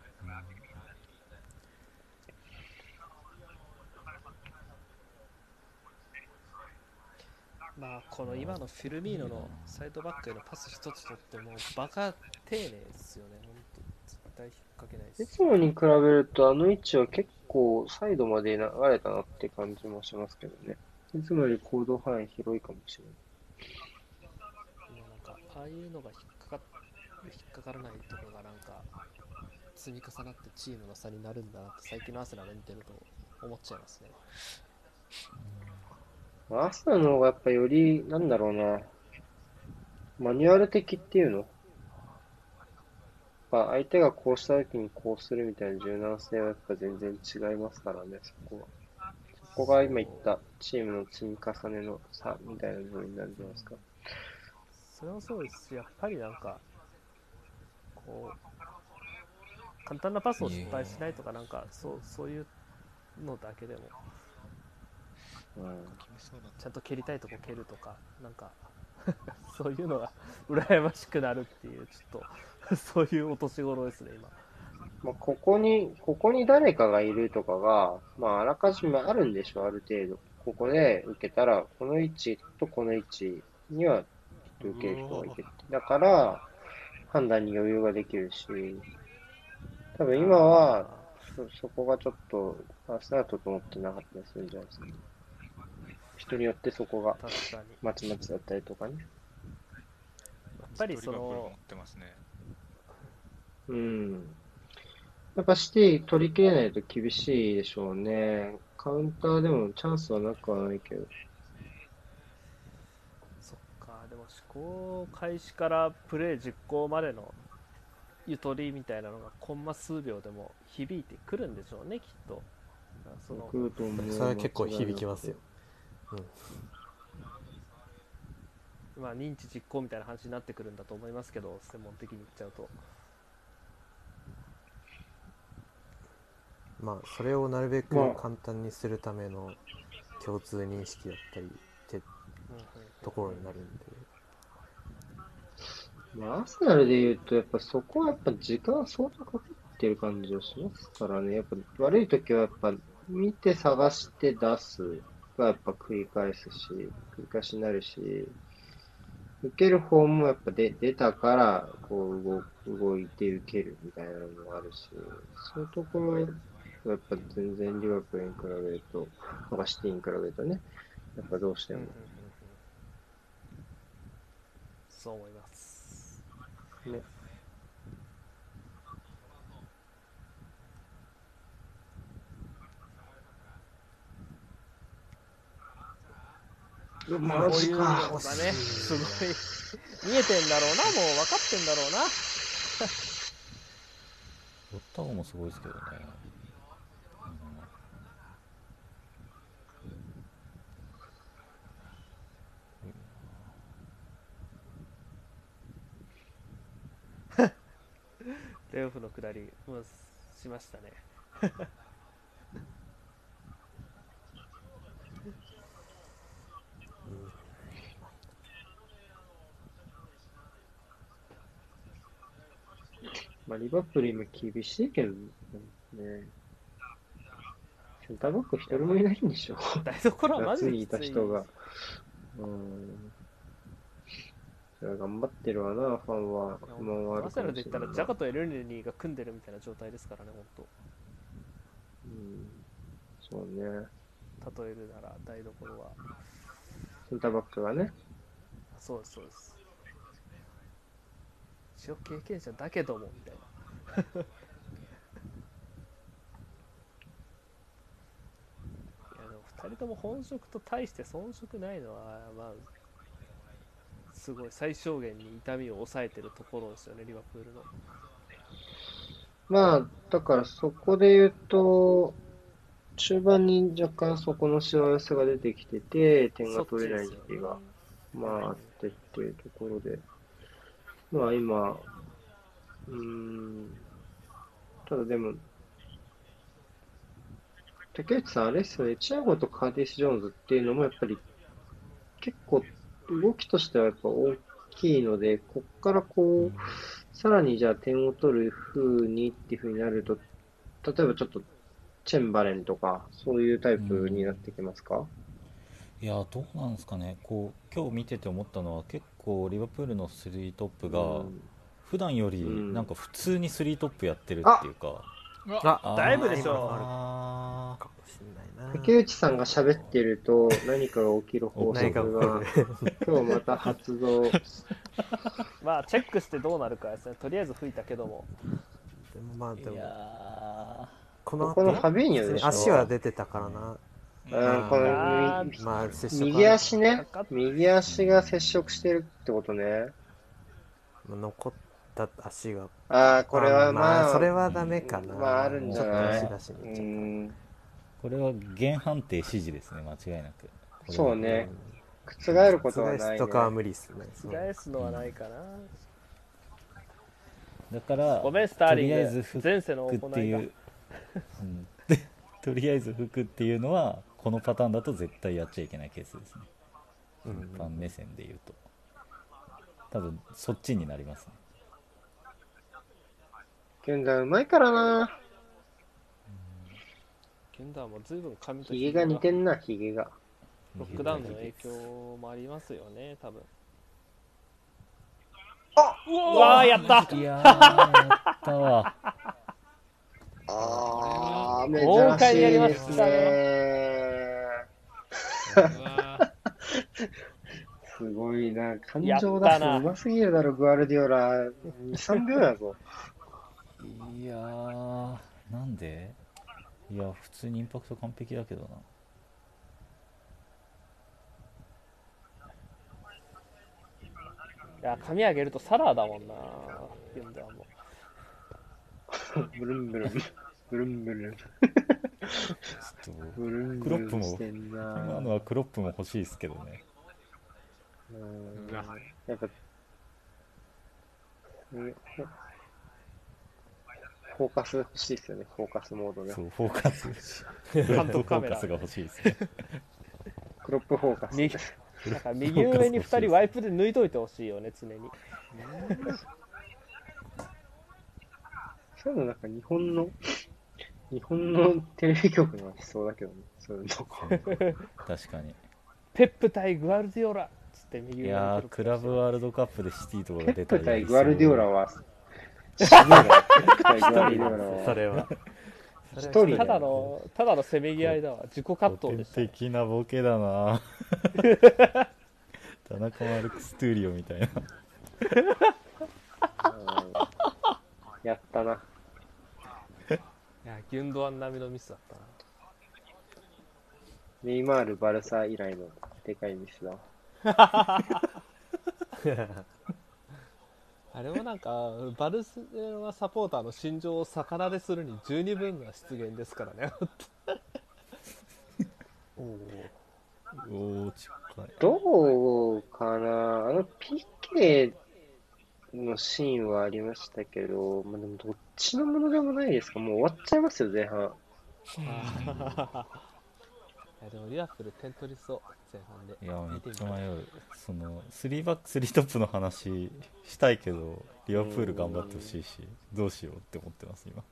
まあこの今のフィルミーノのサイドバックへのパス一つとってもバカ丁寧ですよね。本当絶対引っ掛けないでいす。 つもに比べると、あの位置は結構サイドまで流れたなって感じもしますけどね。いつもより行動範囲広いかもしれない。 もうなんかああいうのが引っかか引っかからないとこがなんか積み重なってチームの差になるんだなって最近のアスナル見てると思っちゃいますね。 アーセナルの方がやっぱより、なんだろうな、マニュアル的っていうの、やっぱ相手がこうした時にこうするみたいな柔軟性はやっぱ全然違いますからね、そこは。そこが今言ったチームの積み重ねの差みたいな部分になるんじゃないですか。 それもそうですし、やっぱりなんかこう簡単なパスを失敗しないとかなんかそうそういうのだけでもうん決めそうだちゃんと蹴りたいとこ蹴るとかなんかそういうのが羨ましくなるっていうちょっとそういうお年頃ですね今。 まあ、ここに、ここに誰かがいるとかが、まあ、あらかじめあるんでしょう、ある程度。ここで受けたら、この位置とこの位置には受ける人がいて。だから、判断に余裕ができるし、多分今は、そ、そこがちょっと、アーセナル整ってなかったりするんじゃないですかね。人によってそこが、 確かにまちまちだったりとかね。 やっぱりそリバプール持のってますね。 うん。やっぱシティ取り切れないと厳しいでしょうね。カウンターでもチャンスはなくはないけど。 そっかでも思考開始からプレー実行までのゆとりみたいなのがコンマ数秒でも響いてくるんでしょうねきっと。その来ると思う。 それは結構響きますよ。 まあ認知実行みたいな話になってくるんだと思いますけど専門的に言っちゃうと。 まあそれをなるべくまあ簡単にするための共通認識だったりってところになるんで、 まあ、アーセナルで言うと、やっぱそこはやっぱ時間相当かかってる感じはしますからね。やっぱ悪い時はやっぱ見て探して出すがやっぱ繰り返すし、繰り返しになるし、受ける方もやっぱ出出たからこう動動いて受けるみたいなのもあるし、そういうところはやっぱ全然リバプールに比べると、とかシティに比べるとね、やっぱどうしても。 そう思いますね。 こマういうのジか。 がねすごい見えてんだろうなもう分かってんだろうな。 オッタゴもすごいですけどね、 レイオフの下りもうしましたね。 まあ、リバプール今厳しいけどね。センターバック一人もいないんでしょ。 台所はマジ夏にいできつい。 た人が。うん。それは頑張ってるわな、ファンは。不満はあるアーセナルでかもしれないな。 言ったらジャカとエルネニーが組んでるみたいな状態ですからね、本うん。そうね。 当。例えるなら台所は。 センターバックがね。 そうですそうです。一応経験者だけどもみたいな。いやでもふたりとも本職と大して遜色ないのはまあすごい最小限に痛みを抑えてるところですよね、リバプールの。 まあ、だからそこで言うと、中盤に若干そこのしわ寄せが出てきてて、点が取れない時期が、まああってっていうところで、まあ今、うーん、ただでも、竹内さん、あれですよね、チアゴとカーティス・ジョーンズっていうのもやっぱり結構動きとしてはやっぱ大きいので、こっからこう、さらにじゃあ点を取る風にっていう風になると、例えばちょっとチェンバレンとか、そういうタイプになってきますか？ いやどうなんですかね。こう今日見てて思ったのは、結構リバプールのスリートップがうん普段よりうんなんか普通にスリートップやってるっていうか、 ああーだいぶでしょあかもしんないな。 竹内さんが喋ってると何かが起きる法何か則が今日また発動。 まあチェックしてどうなるかですね。とりあえず吹いたけども。 でもまあでもーいやこの後ここのファビーニョでしょ。 足は出てたからな。 うん、こあのみまあ接触右足ねかかっ、 右足が接触してるってことね。 残った足がああ、これはまあ、 それはダメかな。 まああるんじゃない？ ちょっと足出しうに行っちゃった。 ん、 ーこれは原判定指示ですね、間違いなく。これはそうね。覆ることは覆ないね。 すとかは無理っすね。 返すのはないかな。 だからごめんスターとリングりあえず吹前世のく行いがっていう、うんでとりあえず吹くっていうのはこのパターンだと絶対やっちゃいけないケースですね。 うんファン目線で言うと多分そっちになりますね。 現在うまいからな。 ケンダーも随分髪とヒゲが似てんな、ヒゲが。 ロックダウンの影響もありますよね、多分。うわーやったいやーやったわ。 ああ、珍豪快にやりしいですましたね。 うわすごいな。感やった情な出すのうますぎるだろ、グアルディオラ。に、さんびょうやぞ。 いやーなんで。いや普通にインパクト完璧だけどな。 いや髪上げるとサラーだもんな、ケンダーも。 ブルンブルン。ブルンブルン。 ちょっブルンクロップもブルンしてんな。 と今のはクロップも欲しいですけどね。 うんうわやっぱ、うんフォーカス欲しいですよね、フォーカスモードねそ。うフォーカス監フォ督カメラーカスが欲しいですね。 クロップフォーカス。 右なんか右上にふたりワイプで抜いといてほしいよね、常に。 そういうのなんか日本の、日本のテレビ局のしそうだけどね、そういうの。 確かに。 ペップ対グアルディオラっつって右上にいやークラブワールドカップでシティとかが出たペップ対りやりグアルディオラそう。 は、すごいな。ペップ対グアルディオラは。 それは一人ただのただのせめぎ合いだわ、自己葛古典藤でしたね。 的なボケだな田中マルクストゥーリオみたいな。 うんやったな。 いやギュンドアン並みのミスだったな。 ネイマール・バルサ以来のでかいミスだわ。 あれもなんかバルセロナサポーターの心情を逆なでするに十二分な出現ですからね。 おーおー近い。 どうかなあの ピーケー ののシーンはありましたけど、まあ、でもどっちのものでもないですか。もう終わっちゃいますよ、前半。 あいやでもリアプル点取りそう前半で。 いやめっ見てみたいちゃ迷う。そのスリーバックスリートップの話したいけどリバプール頑張ってほしいし、どうしようって思ってます今。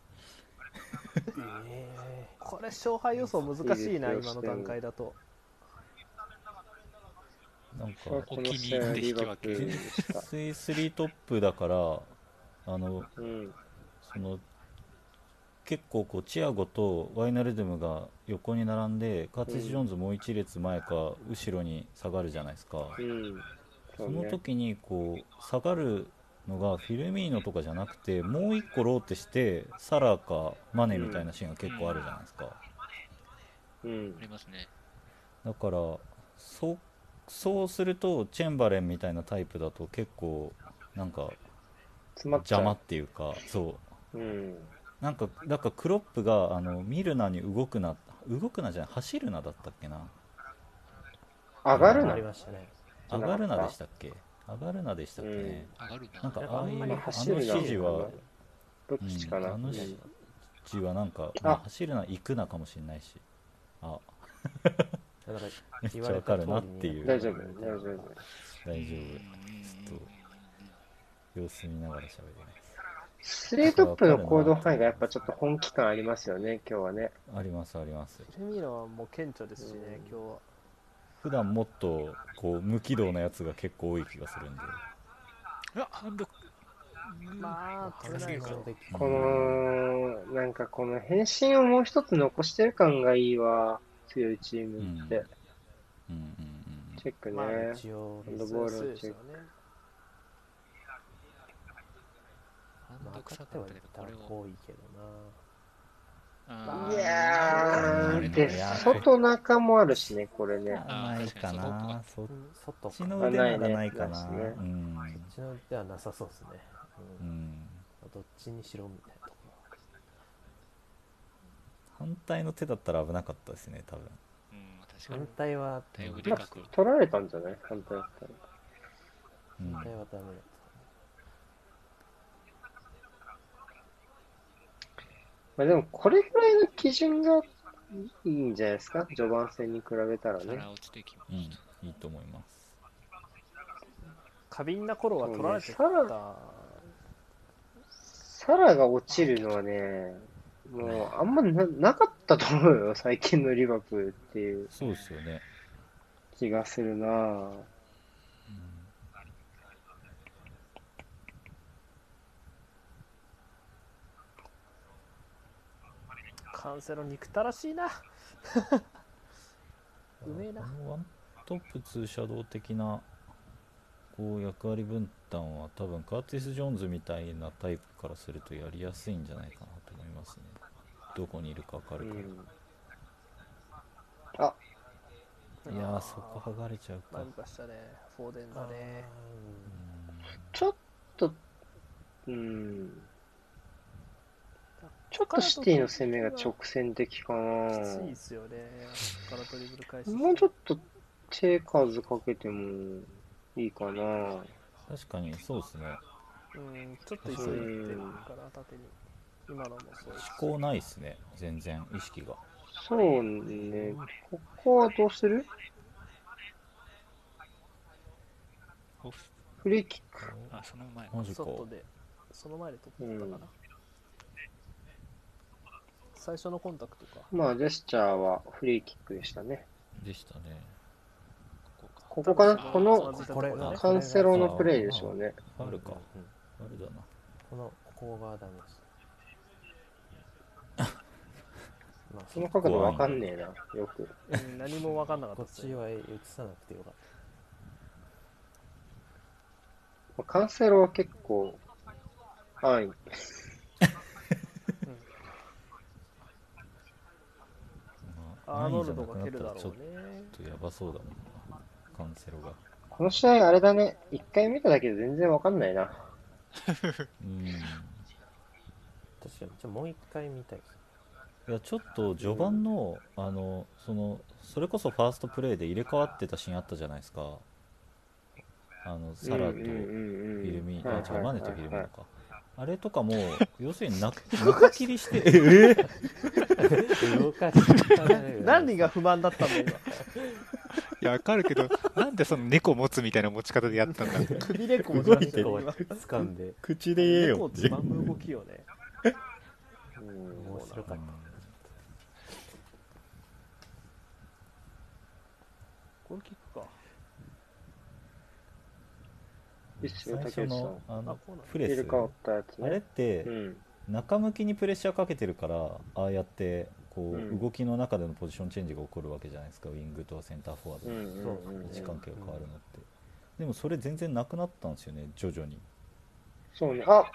えーこれ勝敗予想難しいな、 いいですよ今の段階だと。 なんかこのお気に試合は入りでリバプー引き分け。 ルでした。 スリートップだからあのうん。 その結構こうチアゴとワイナルドゥムが横に並んでカーティス・ジョーンズもう一列前か後ろに下がるじゃないですか。 うん。そそうのね。 時にこう下がるのがフィルミーノとかじゃなくてもう一個ローテしてサラかマネみたいなシーンが結構あるじゃないですか。 うんあ。りますね。 だからそそうするとチェンバレンみたいなタイプだと結構なんか詰まっちゃう。 邪魔っていうか、そううん。 なんかだからクロップがあのミルナに動くな動くなじゃない走るなだったっけな、 あ上がるな。 りましたね。 じゃなかった上がるなでしたっけ上がるなでしたっけね、 上がるな。 なんかなんかああいうあのあんまり走るな指示は、 どっちかな。 うんあのうん指示はなんか、 あまあ走るな行くなかもしれないし、あだからめっちゃ言われわかるた通りになっていう大丈夫、大丈夫。 大丈夫、 うんちょっと様子見ながら喋ります。 スリートップの行動範囲がやっぱちょっと本気感ありますよね、今日はね。 ありますあります。 フィルミーノはもう顕著ですしね、今日は。 普段もっとこう無軌道なやつが結構多い気がするんで、 うわ、ハンド。 まあ、取れないでしょ。 この、なんかこの返信をもう一つ残してる感がいいわ、強いチームって。 うんうんうんチェックね。 まあ一応ハンドボーそうルのチェック。 ですよね。 まあハンド臭勝ってはいかったけど、 たらこれを。 多いけどあーいやー、で、 いやー外中もあるしね、これね。 あないかな、そっな、うん、外かちの腕ならないかな、 ないねうんこっちのではなさそうですね、 ううんん、 どっちにしろみたいなとこ反対の手だったら危なかったですね多分。 うん、確かろ反に。 対はだいぶ反まあでかく。 取られたんじゃない反対だったら。 うん対はダメだっまあでも、これぐらいの基準がいいんじゃないですか序盤戦に比べたらね。 皿落ちてきまうん、 した。 いいと思います。 過敏な頃は取られてた。 そうねサラが落ちるのはね、もうあんまな、なかったと思うよ、最近のリバプールっていうそうですよね、 気がするなぁ。 カンセロ憎たらしいな。 た。 うめえなこのワントップツーシャドウ的なこう役割分担は多分カーティス・ジョーンズみたいなタイプからするとやりやすいんじゃないかなと思いますね。どこにいるか分かるかうん、あ、 ら。いやーそこ剥がれちゃうか。 なんかしたね。フォーデンだね。 ちょっと、うん。ちょっとシティの攻めが直線的かきついなですよね。ここからドリブル開始。 もうちょっと手数かけてもいいかな確かにそうですね。 うん、ちょっと急いでるから縦に。今のもそうですし。 思考ないですね全然意識が。 そうね。ここはどうするオフ。 フリーキック。 あ、その前。 マジか。 外で、その前で取ったかな。最初のコンタクトか。 まあ、ジェスチャーはフリーキックでしたね。 でしたね。 ここか。 ここかなこのこれあカンセロのプレイでしょうね。 ファウルか。 うんファウルだな。 このここがダメですまあその角度わかんねえな、よく。 うん、何も分かんなかったこっですね。 ちは映さなくてよかっカンセロは結構、安易。 まあアーノルドが蹴るだ安易じゃなくなったらちょっろうね。 とやばそうだもんなカンセロが。 この試合あれだね。一回見ただけで全然わかんないな。 うんた確かにじゃあもう一回見たいですいやちょっと序盤の、あのそのそれこそファーストプレーで入れ替わってたシーンあったじゃないですか。 あのサラとフィルミ、あ、違う、マネとフィルミノか。あれとかも要するにな中切りしてえー、 動かしたね何が不満だったんだ今。 いや、わかるけど、なんでその猫持つみたいな持ち方でやったんだって。 首猫をずらしてこう今掴んで口で言え猫をつよっていう。 まむ動きをね。 面白かった。 これ聞くか。 いいっすよ、 最初竹内さん。 のあのあこうなんだプレス入れ替わったやつね。 あれってうん。 中向きにプレッシャーかけてるから、ああやってこう、 うん動きの中でのポジションチェンジが起こるわけじゃないですか。ウィングとセンターフォワードうんのうんうんうん。 位置関係が変わるのって。でもそれ全然なくなったんですよね、徐々に。 そうね。あ、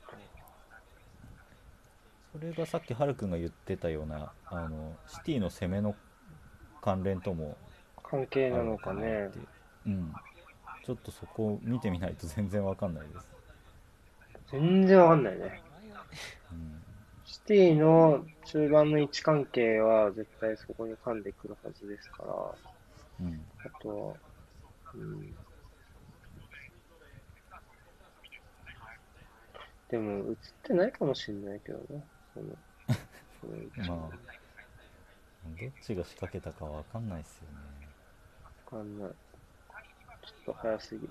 それがさっきハルくんが言ってたようなあのシティの攻めの関連とも関係なのあるのかなっかねて。うん、ちょっとそこを見てみないと全然わかんないです。 全然わかんないね。 うんシティの中盤の位置関係は絶対そこに噛んでくるはずですから、 うんあとは、うん。でも、映ってないかもしれないけどね。その、その位置まあどっちが仕掛けたかわかんないですよね。 わかんない。ちょっと早すぎ。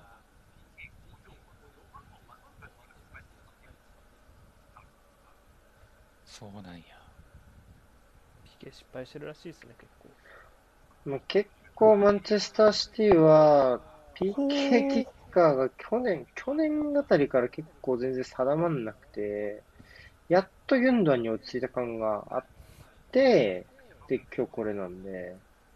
そうなんや。 ピケ失敗してるらしいですね結構。 まあ、結構マンチェスターシティは ピーケー キッカーが去年、去年あたりから結構全然定まんなくて、やっとユンドアンに落ち着いた感があって、で、今日これなんで、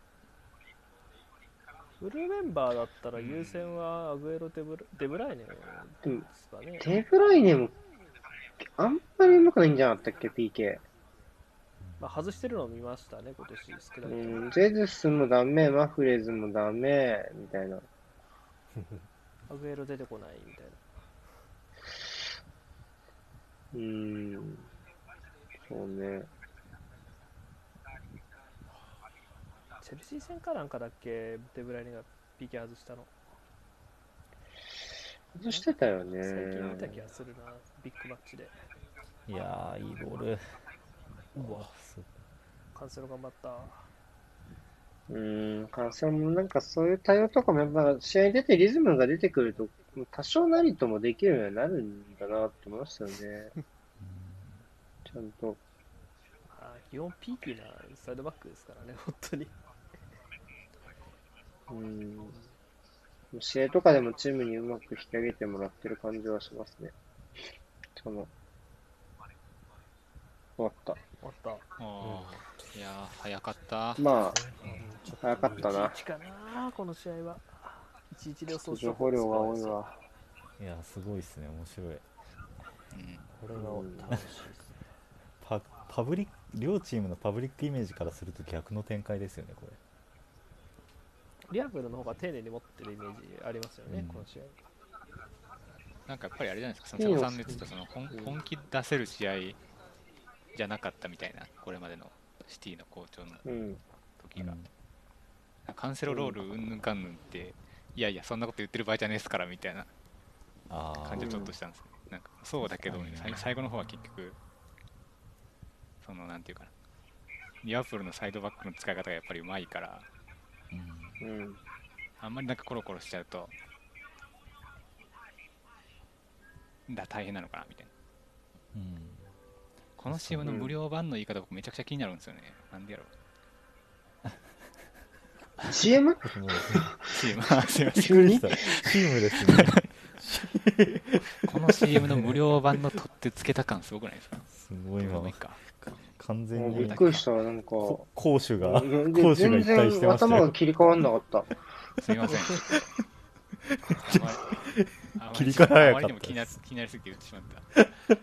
フルメンバーだったら優先はアグエロデブラデブライネでもですかね。 デブライネもあんまり上手くないんじゃなかったっけ、ピーケまあ、外してるのを見ましたね今年少なー。 くとも。 うん、ゼズスもダメ、マフレーズもダメ、みたいな。 アグエロ出てこないみたいな。 うーん、そうね。 チェルシー戦かなんかだっけ、デブライネが ピーケー 外したの。 外してたよ最近見た気ね。 がするな、ビッグマッチで。 いやーいいボール。 うわ、 すカンセロ頑張った。 うーん、カンセロもなんかそういう対応とかもやっぱ試合に出てリズムが出てくると、多少なりともできるようになるんだなって思いましたよね。ちゃんと。 あー基本ピーキーなサイドバックですからね、本当に。 うーん。試合とかでもチームにうまく引き上げてもらってる感じはしますね。その、終わった。 終わった。 おーいやー、早かった。 まあ、早かったな。 いちいちかな、この試合は。いちいちで予想情報量が多いわ。 いやすごいですね、面白い。 うんこれが楽しいですね。 パパブリック両チームのパブリックイメージからすると逆の展開ですよねこれ。 リアブルの方が丁寧に持ってるイメージありますよね、 うんこの試合。 なんかやっぱりあれじゃないですか、その佐野さんの言ってたその本本気出せる試合じゃなかったみたいな、これまでのシティの好調のうん。 時が、カンセロロールうんぬんかんぬんって、いやいや、そんなこと言ってる場合じゃねえっすからみたいなあ感じはちょっとしたんですね。なんかそうだけど、最最後の方は結局、そのなんていうかな、リアプールのサイドバックの使い方がやっぱりうまいから、 うんうん。 あんまりなんかコロコロしちゃうと、だ大変なのかなみたいな。 うんこの シーエム の無料版の言い方、僕めちゃくちゃ気になるんですよね。なんでやろう。 シーエム? もうシーエム、あすいません。 急にチームですね。 この シーエム の無料版の取ってつけた感すごくないですか？ すごい今もういいか。 完全もうびっにくりした。なんか、 こ攻守がいや攻守が全一体して然ましたよ。 頭が切り替わんなかった。 すみません。あまりあまり切り替え早かったあまりにも気にな気になりすぎて言ってしまった。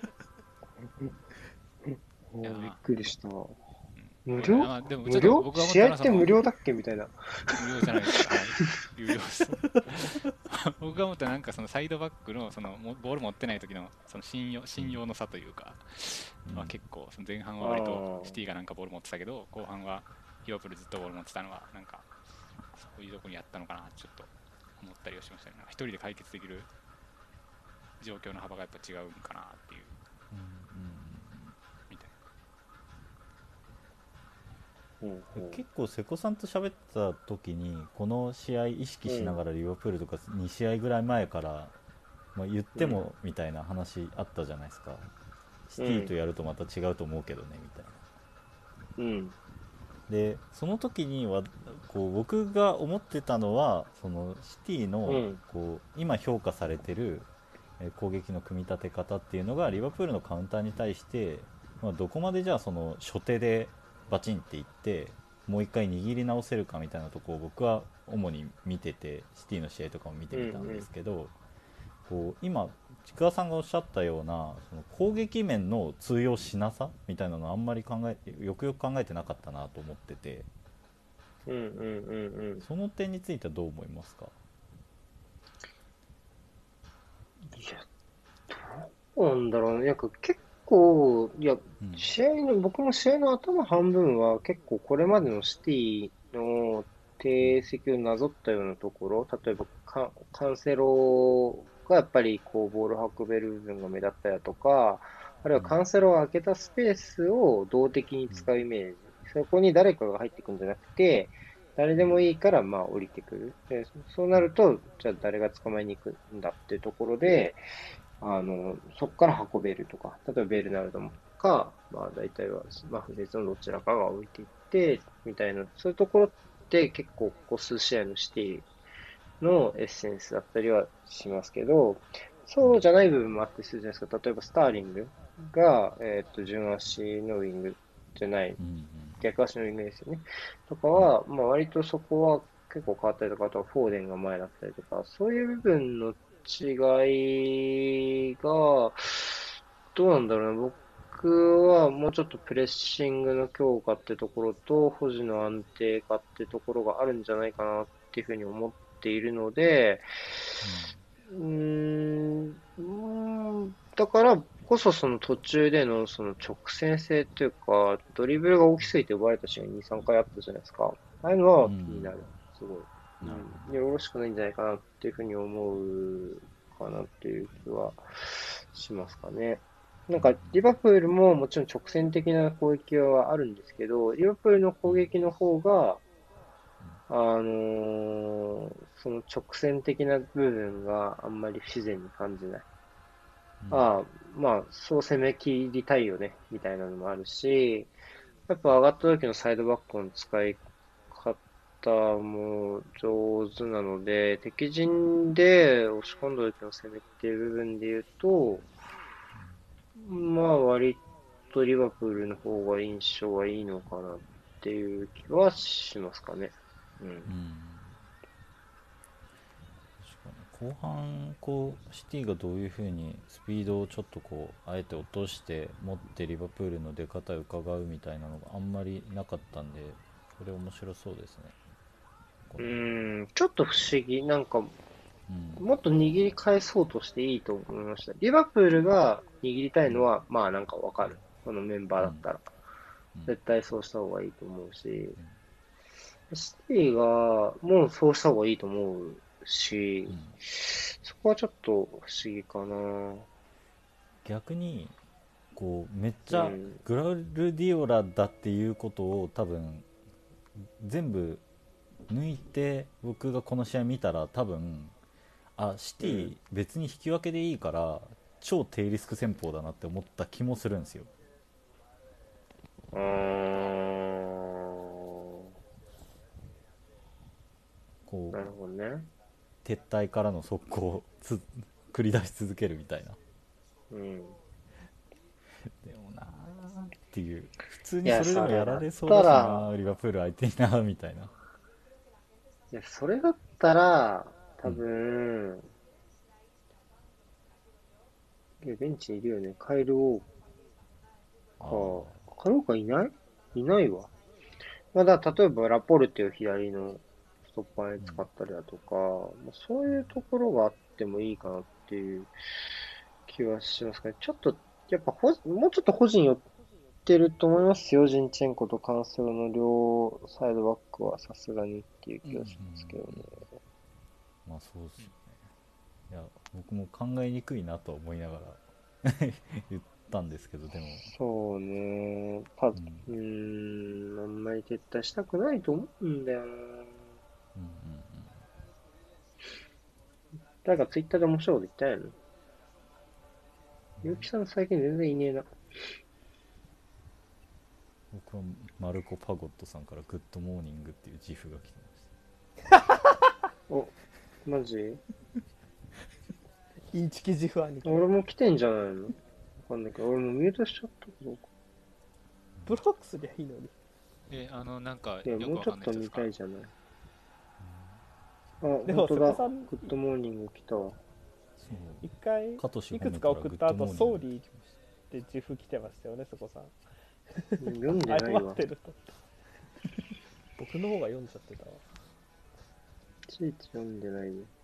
もうびっくりした。無あ料まあでもちょ無料っと僕が思った試合ってのはその無料だっけみたいな。 無料じゃないですか。はい有料です。僕が思ったなんかそのサイドバックのそのもボール持ってない時のその信用信用の差というか、 うんまあ結構その前半は割とあーシティがなんかボール持ってたけど、後半はリオプルずっとボール持ってたのはなんかそういうとこにやったのかなちょっと思ったりはしましたね。なんか一人で解決できる状況の幅がやっぱ違うんかなっていう、 うんみたいうんうん、結構瀬古さんと喋った時にこの試合意識しながらリバプールとかに試合ぐらい前から、まあ、言ってもみたいな話あったじゃないですか。シティとやるとまた違うと思うけどねみたいな。 うんでその時にはこう僕が思ってたのはそのシティうのんこう今評価されてるえー攻撃の組み立て方っていうのがリバプールのカウンターに対して、まあ、どこまでじゃあその初手でバチンっていってもう一回握り直せるかみたいなところを僕は主に見ててシティの試合とかも見てみたんですけど、こう今ちくわさんがおっしゃったようなその攻撃面の通用しなさみたいなのあんまり考えよくよく考えてなかったなと思ってて、 うんうんうんうんその点についてはどう思いますか？ いや、どうなんだろうね。なんか結構、いや、 うん試合の、僕も試合の頭半分は結構これまでのシティの定石をなぞったようなところ、例えばカ、カンセロがやっぱりこうボールを運べる部分が目立ったりだとか、あるいはカンセロが空けたスペースを動的に使うイメージ。そこに誰かが入ってくるんじゃなくて、誰でもいいからまあ降りてくる。で、そうなると、じゃあ誰が捕まえに行くんだっていうところで、あの、そこから運べるとか、例えばベルナルドか、まあ大体は、まあ、別のどちらかが置いていって、みたいな、そういうところって結構ここ数試合のシティのエッセンスだったりはしますけど、そうじゃない部分もあってするじゃないですか。例えばスターリングが、えっと、順足のウィングじゃない、 うん逆足のウィングですよね。とかは、まあ割とそこは結構変わったりとか、あとはフォーデンが前だったりとか、そういう部分の違いが、どうなんだろうな。僕はもうちょっとプレッシングの強化ってところと、保持の安定化ってところがあるんじゃないかなっていうふうに思っているので、うーん、うーんだからこそその途中でのその直線性というか、ドリブルが大きすぎて奪われたシーンがに、さんかいあったじゃないですか。ああいうのは気になる。すごい。 うんなるうん。よろしくないんじゃないかなっていうふうに思うかなっていう気はしますかね。なんか、リバプールももちろん直線的な攻撃はあるんですけど、リバプールの攻撃の方が、あのーその直線的な部分があんまり不自然に感じない。 うんああ、まあ、そう攻め切りたいよね、みたいなのもあるし、やっぱ上がった時のサイドバックの使い方も上手なので、敵陣で押し込んだ時の攻めっていう部分で言うと、まあ、割とリバプールの方が印象はいいのかなっていう気はしますかね。うん。 うん確かに後半こうシティがどういうふうにスピードをちょっとこうあえて落として持ってリバプールの出方を伺うみたいなのがあんまりなかったんで、それ面白そうですね。こうのーん、ちょっと不思議。なんか、 うんもっと握り返そうとしていいと思いました。リバプールが握りたいのは、まあなんかわかる。このメンバーだったら。 うん絶対そうした方がいいと思うし、シティがもうそうした方がいいと思うし、 うんそこはちょっと不思議かな。 逆にこうめっちゃうん。 グラルディオラだっていうことを多分全部抜いて僕がこの試合見たら多分あシティ別に引き分けでいいから超低リスク戦法だなって思った気もするんですよ。 うーん。 こうなるほどね。 撤退からの速攻をつ繰り出し続けるみたいな。 うん。 でもなーっていう普通いや、 にそれでもやらそれだっれそうだしたら、 なリバプール相手になみたいな。 いや、それだったら、多うん分、いやベンチにいるよね。カイル・ウォーあカーー。カイル・ウォーカーいないいないわ。まあ、だから例えばラポルテを左のストッパーに使ったりだとか、まあ、そういうところがあってもいいかなっていう気はしますかね。ちょっと、やっぱほ、もうちょっと個人寄ってると思いますよ。ジンチェンコとカンセロの両サイドバックはさすがにっていう気がしますけどね。 ままあそうですよね。いや僕も考えにくいなと思いながら言ったんですけど、でも、 そうね。た、ううん、 ーん、あんまり撤退したくないと思うんだよな。 うんうん誰かツイッターで面白いこと言ったんやろ。ゆうきさん最近全然いねえな。 僕はマルコ・パゴットさんからグッドモーニングっていう自負が来てましお、マジインチキ自負兄貴。 俺も来てんじゃないのわかんないけど、俺もミュートしちゃったかどうか。 ブロックすりゃいいのに。 え、あの、なんか、 いや、 よくわもうちょっとかんない人ですか？ 見たいじゃない。あ、 でも本当だ。 瀬古さんグッドモーニング来たわ。 た。そう一回カトシいくつ褒めたらか送った後グッドモーニングソーリーって自負来てましたよね、そこさん。 うん読んでないわ謝っ。てると。僕の方が読んじゃってたわ。 いちいち読んでないよ。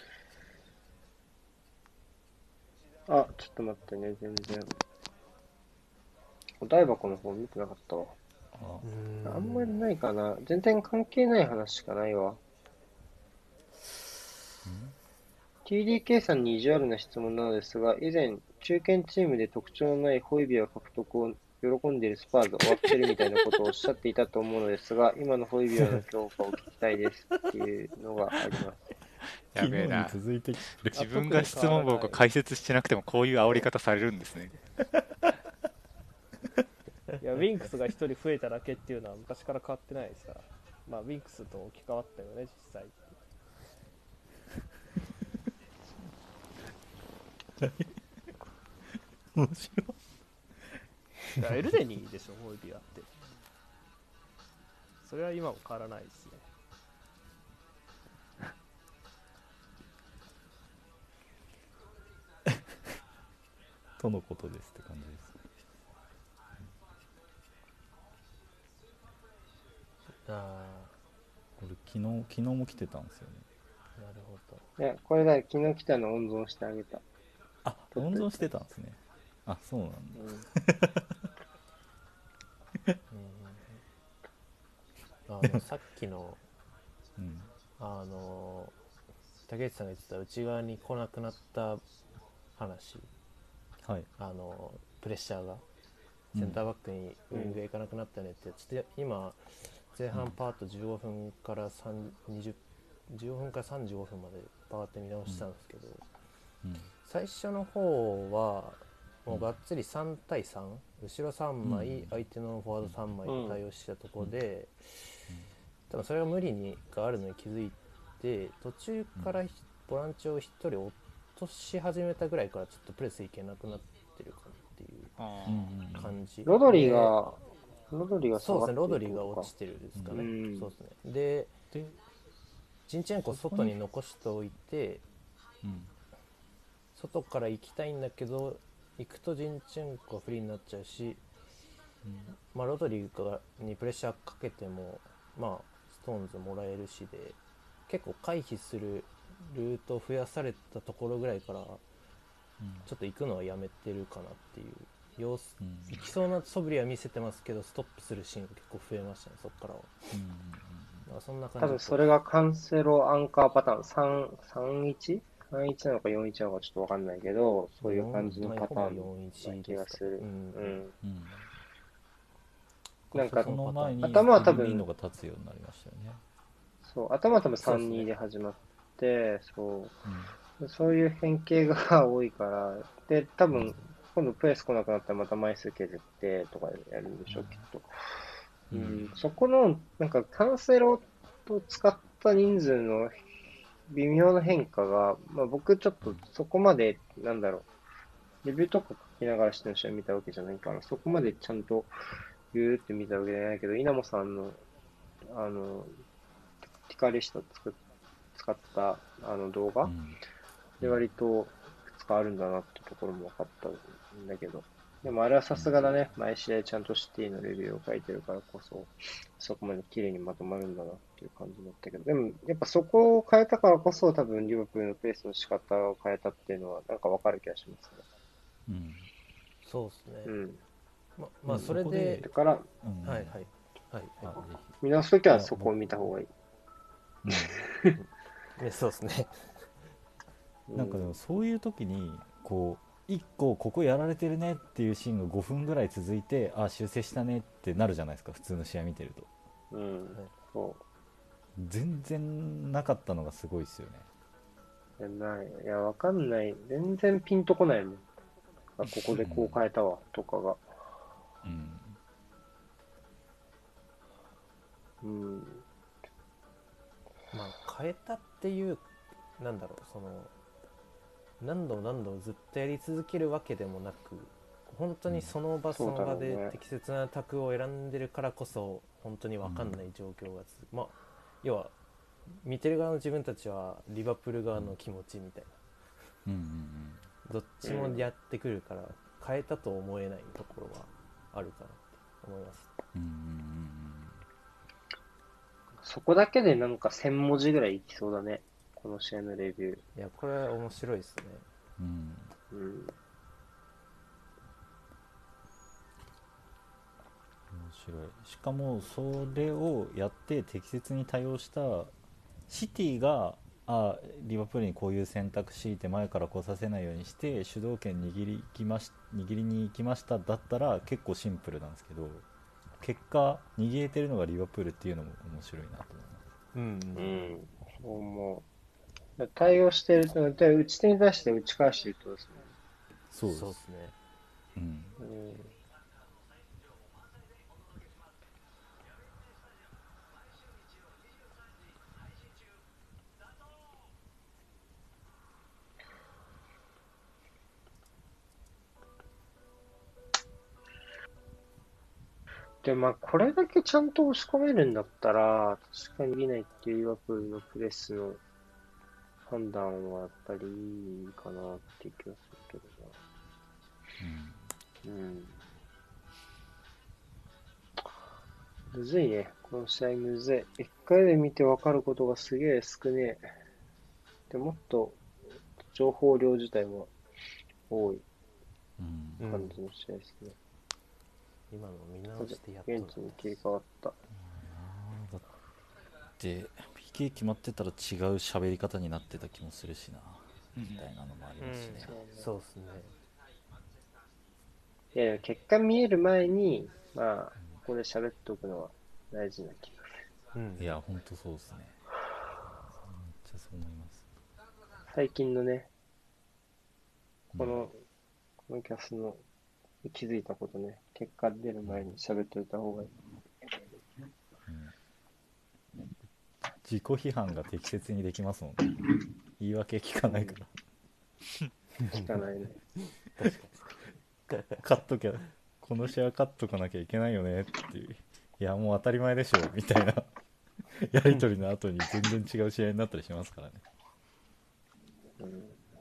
あ、ちょっと待ってね、全然。お台箱の方見てなかったわ。 あうーんあんまりないかな。全然関係ない話しかないわ。ティーディーケー さんに意地悪な質問なのですが、以前、中堅チームで特徴のないホイビア獲得を喜んでいるスパーズ終わってるみたいなことをおっしゃっていたと思うのですが、今のホイビアの評価を聞きたいですっていうのがあります。 やべえな。 昨日に続いてきてる。 自分が質問箱を解説してなくてもこういう煽り方されるんですね。 いや、ウィンクスが一人増えただけっていうのは昔から変わってないですから。まあ、ウィンクスと置き換わったよね、実際。 面白い。 いやエルデニーでしょ、ホイビアって。それは今も変わらないですね。 とのことですって感じです。 あこれ昨日昨日も来てたんですよね。 あ、なるほど。 いや、これだ、昨日来たの温存してあげた。 あ、温存してたんですね。あ、そうなんだ。 うん。 あのさっきのうん。 あの竹内さんが言ってた内側に来なくなった話、 はい。 あのプレッシャーがうんセンターバックにウイングが行かなくなったねって、ちょっと今前半パートじゅうごふんからにじゅう じゅうごふんからさんじゅうごふんまでパーって見直したんですけど、 うん。 最初の方はもうがっつりさん対さん、後ろさんまい、 うん相手のフォワードさんまいで対応したところで、多分それが無理にがあるのに気づいて、途中からひボランチをひとり落とし始めたぐらいからちょっとプレスいけなくなってるかなっていうあうんうん感じ。 ロドリでが、ロドリが下そうですね、 がってロドリがるってことか落ちてるですかね。 うんそうですね。で、 で、 ジンチェンコ外に残しておいて、 うん。 外から行きたいんだけど、行くとジンチェンコはフリーになっちゃうし、まあ、ロドリがにプレッシャーかけても、まあ、ストーンズもらえるしで、結構回避するルートを増やされたところぐらいから、ちょっと行くのはやめてるかなっていう様子、 うんうん行きそうな素振りは見せてますけど、ストップするシーンが結構増えましたね、そこからは。 うんうんだからそんな感じ多分それがカンセロアンカーパターンさん、さんいち?さんいち なのかよんいちなのかちょっとわかんないけど、そういう感じのパターンよんいちな気がする。 ううんん。 うんなんかその前に頭は多分フィルミーノが立つようになりましたよね。 そう、頭は多分さんにそうですねで始まって、そううんそういう変形が多いから、で、多分、今度プレス来なくなったらまた枚数削ってとかやるんでしょう、きっと。 ううんん、そこの、なんか、カンセロと使った人数の微妙な変化が、まあ僕ちょっとそこまで、なんだろう、レビューとか書きながらしての試合見たわけじゃないから、そこまでちゃんとギューって見たわけじゃないけど、稲本さんの、あの、ティカリスト作っ使ったあの動画、 うんで割といくつかあるんだなってところも分かったんだけど、でもあれはさすがだね、毎試合ちゃんとシティのレビューを書いてるからこそ、そこまで綺麗にまとまるんだなっていう感じだったけど、でもやっぱそこを変えたからこそ、多分リバプールのペースの仕方を変えたっていうのは、なんか分かる気がしますね。 うんそうですね。 うん。 ままあ、 うんそれでそこでだ、から、 うんはいはい。はい、 あはい。 ぜ見直すときはそこを見た方がいい。 ひね、そうですね。 なんかでもそういう時にこういっこここやられてるねっていうシーンがごふんぐらい続いて、あ修正したねってなるじゃないですか、普通の試合見てると。 うん、そ全然なかったのがすごいですよね。 う。いや、ない。いや、わかんない。全然ピンとこないもん。あ、ここでこう変えたわ、とかが。 うんうん。 まあ変えたっていうなんだろうその何度も何度もずっとやり続けるわけでもなく、本当にその場うんその場でそうだろうね適切な卓を選んでるからこそ本当に分かんない状況がつ、まあ要は見てる側の自分たちはリバプール側の気持ちみたいうんうんうんな、どっちもやってくるから変えたと思えないところはあるかなって思います。 うんうんうんそこだけでなんかせん文字ぐらいいきそうだね。この試合のレビュー。 いやこれは面白いですね。 うんうんうん。 面白い。しかもそれをやって適切に対応したシティが、あリバプールにこういう選択強いて前から来させないようにして主導権握りきまし握りに行きましただったら結構シンプルなんですけど、結果握れてるのがリバプールっていうのも面白いなと思います。 うん、 ううん、 ん。そう思う。対応してると、で打ち手に対して打ち返してるってことですそうですそうですね。 うんね。うん。で、まあ、これだけちゃんと押し込めるんだったら、確かにできないっていうリバプールのプレスの判断はやっぱりいいかなっていう気がするけどな。うん。むずいね。この試合むずい。一回で見て分かることがすげえ少ねえ。でもっと情報量自体も多いうん感じの試合ですね。 今の見直してやっと現地に切り替わった。 だって ピーケー 決まってたら違う喋り方になってた気もするしな、みたいなのもありますしね。 そうですね。 いや、結果見える前に、まあ、ここで喋っておくのは大事な気がする。 うん、 いやほんとそうですね。めっちゃそう思います。 最近のね、この、このキャスの気づいたことね、結果出る前に喋っておいた方がいい。 自己批判が適切にできますもんね。言い訳聞かないから。 聞かないね。 勝っときゃこの試合勝っとかなきゃいけないよねっていう、いやもう当たり前でしょみたいなやり取りの後に全然違う試合になったりしますからね。 うん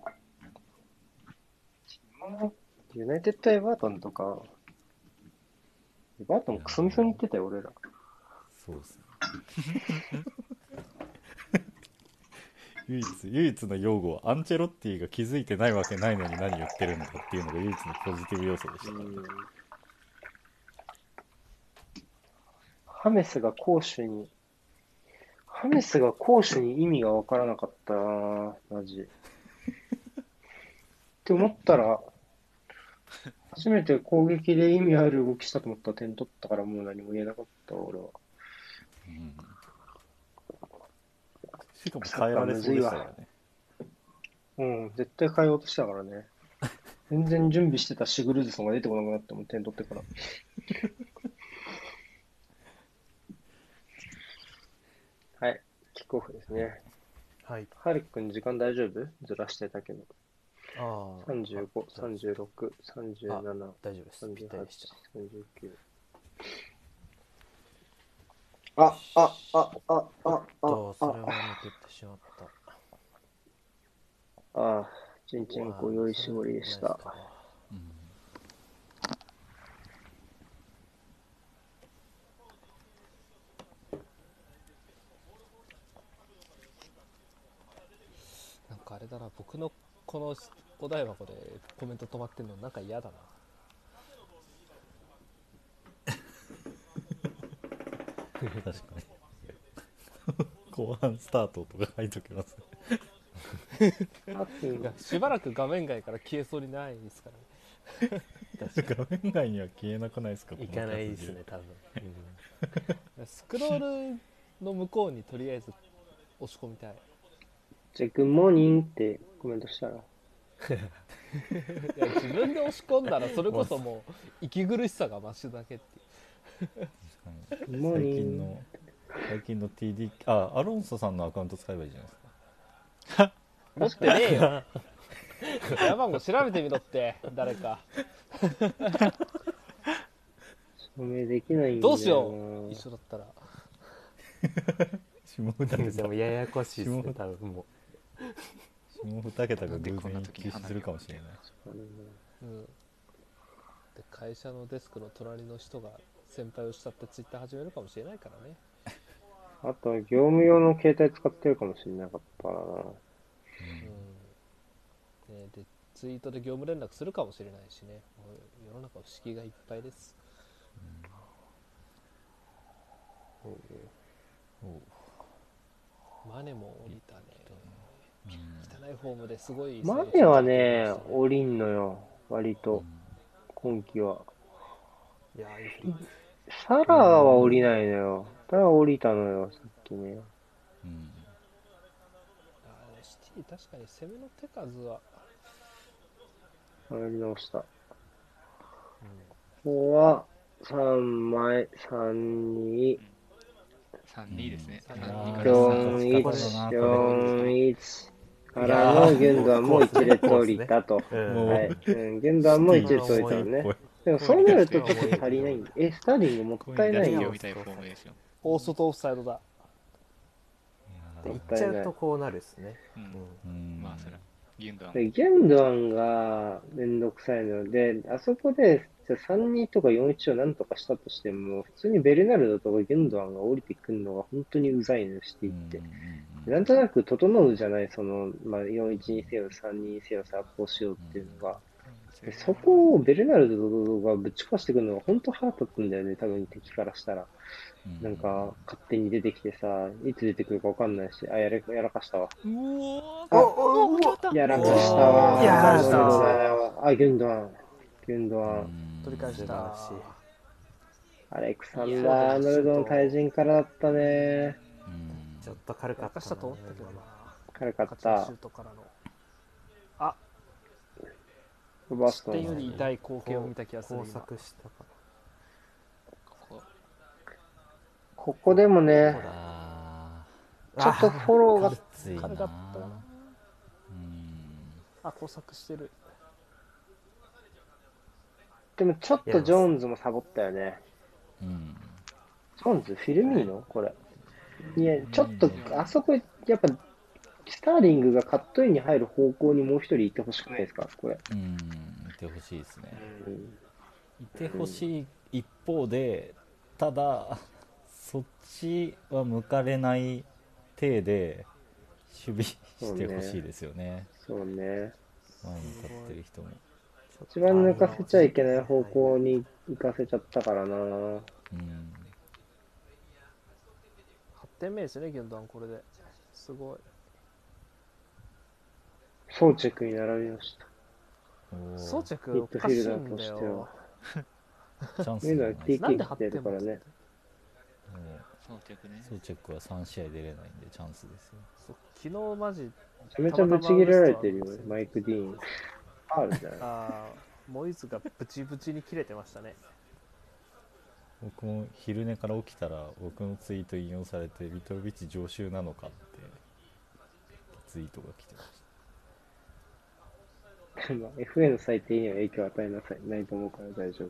ユナイテッド・エバートンとか、エバートンクソみそに言ってたよ、俺ら。 そうですね唯一唯一の用語はアンチェロッティが気づいてないわけないのに何言ってるんだっていうのが唯一のポジティブ要素でしたからね。 うんハメスが攻守に、ハメスが攻守に意味がわからなかったなマジ。って思ったら、初めて攻撃で意味ある動きしたと思ったら点取ったからもう何も言えなかったわ、俺は。 しかも変えられそうでしたからね。 うん、絶対変えようとしたからね。全然準備してたシグルズソンが出てこなくなっても点取ってから。はい、キックオフですね。 はい。 ハルくん時間大丈夫ずらしてたけど。 ああ。 さんじゅうご、 あさんじゅうろく、さんじゅうなな、 大丈夫です。ぴったりさんじゅうはち、 でした。 さんじゅうきゅう。あ、あ、あ、あ、あ、 と、それあ、 は抜けてしまった。 あ、あ、チンチンコ酔い絞りでしたナイス。カバー。 なんかあれだな、僕のこのお台箱でコメント止まってんのなんか嫌だな。 確かに後半スタートとか書いときます。 あといやしばらく画面外から消えそうにないですからね。 画面外には消えなくないですか？ いかないですね多分、 スクロールの向こうにとりあえず押し込みたい。 じゃあ、グッモーニングってコメントしたら。 いや自分で押し込んだらそれこそもう息苦しさが増すだけっていう。 最グッモーニング。 近の最近の ティーディー あアロンソさんのアカウント使えばいいじゃないですか。 持ってねえよ。電話番号調べてみろって誰か。 証明できないんだよな。 どうしよう一緒だったら。 下二で桁もややこしいですね多分も下二桁が偶然なんでこんな時に一致するかもしれない。 うん、で会社のデスクの隣の人が先輩を慕ってツイッター始めるかもしれないからね。 あとは業務用の携帯使ってるかもしれなかったな。 うんね、でツイートで業務連絡するかもしれないしね。もう世の中不思議がいっぱいです。 おうマネも降りたね。汚いフォームですごい。 マネはね、降りんのよ、割と、今季は。 いやいいフリップ。 サラーは降りないのよ。ただ降りたのよ、さっきね。 うんあシティ確かに攻めの手数は。 入り直した。ここはさんまい、さんに、 さんにですね。 うんさんにかよらんいち、よんいちかいやらーのギュンドアンもいち列降りたと。 う、うんもうはい。うん、ギュンドアンもいち列降りたのね。でもそうなるとちょっと足りないんで。え、スターリングもったいないよ声に出して読。みたいフォームですよ。 大外オフサイドだ。 で行っちゃうとこうなるですね、 うんうんまあそれはギュンドアンでギュンドアンがめんどくさいので、あそこでじゃあさんにとかよんいちをなんとかしたとしても、普通にベルナルドとかギュンドアンが降りてくるのが本当にうざいのしていって。なんとなく整うじゃない、その、まあ、よんいちにせよさんににせよさ、こうしようっていうのが。でそこをベルナルドがぶち壊してくるのが本当腹立つんだよね、多分敵からしたら。なんか、勝手に出てきてさ、いつ出てくるかわかんないし、あ、やらやらかしたわ。 うおあやらかしたわ。 いやーゴールドだよあ、ギュンドアン。ギュンドアン。 取り返した。 素晴らしい。 アレクサンダー・アーノルドの対人からだったね。 ちょっと軽かやったならかしたと思ったけどな。 軽かっ勝ちのシュたー。トからの。あ、 ロバースト失点よン。 り痛い光景を見た気がする工今。 作したかここここでもね、 あちょっとフォローがーきついな軽かったなうんあ、工作してる。 でもちょっとジョーンズもサボったよね。 うんジョーンズ、フィルミーノこれ。いや、ちょっと、あそこ、やっぱ、スターリングがカットインに入る方向にもう一人いてほしくないですかこれ。 うんいてほしいですね。 うんいてほしい一方で、ただそっちは向かれない体で守備してほしいですよね。 そうね。 前に立ってる人も。 一番抜かせちゃいけない方向に行かせちゃったからな。 うんはってんめですね、ギュンドアンこれで。すごい。 ソーチェクに並びました。 おー装着ミッドフおかしいィルダーとんだよしては。。 チャンスというのはじゃないですか。 ピーケー 来てるからね。 もうそう着ね。 ソーチェックはさん試合出れないんでチャンスですよ。 そう昨日マジ、 めちゃめちゃブチ切れられてるよ、マイク・ディーン。ファールじゃない。 あーモイズがブチブチに切れてましたね。 僕も昼寝から起きたら僕のツイート引用されてミトロビッチ常習なのかってツイートが来てました。 まあ エフエー の最低には影響を与えなさい。ないと思うから大丈夫。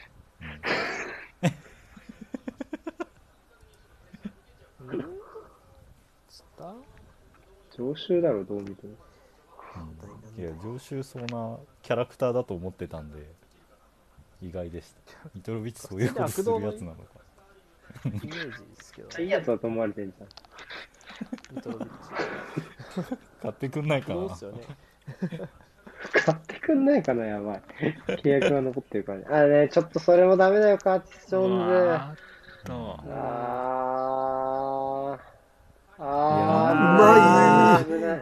つった常習だろ、どう見ても。 いや常習そうなキャラクターだと思ってたんで意外でした。ミトロビッチそういうことするやつなのか。 イメージですけどいいやつだと思われてんじゃん。 ミトロビッチ。 買ってくんないかなどうっすよね。 買ってくんないかな、やばい。契約が残ってるからね。あね、ちょっとそれもダメだよ、カーティス・ジョーンズ。 うわーっとあー、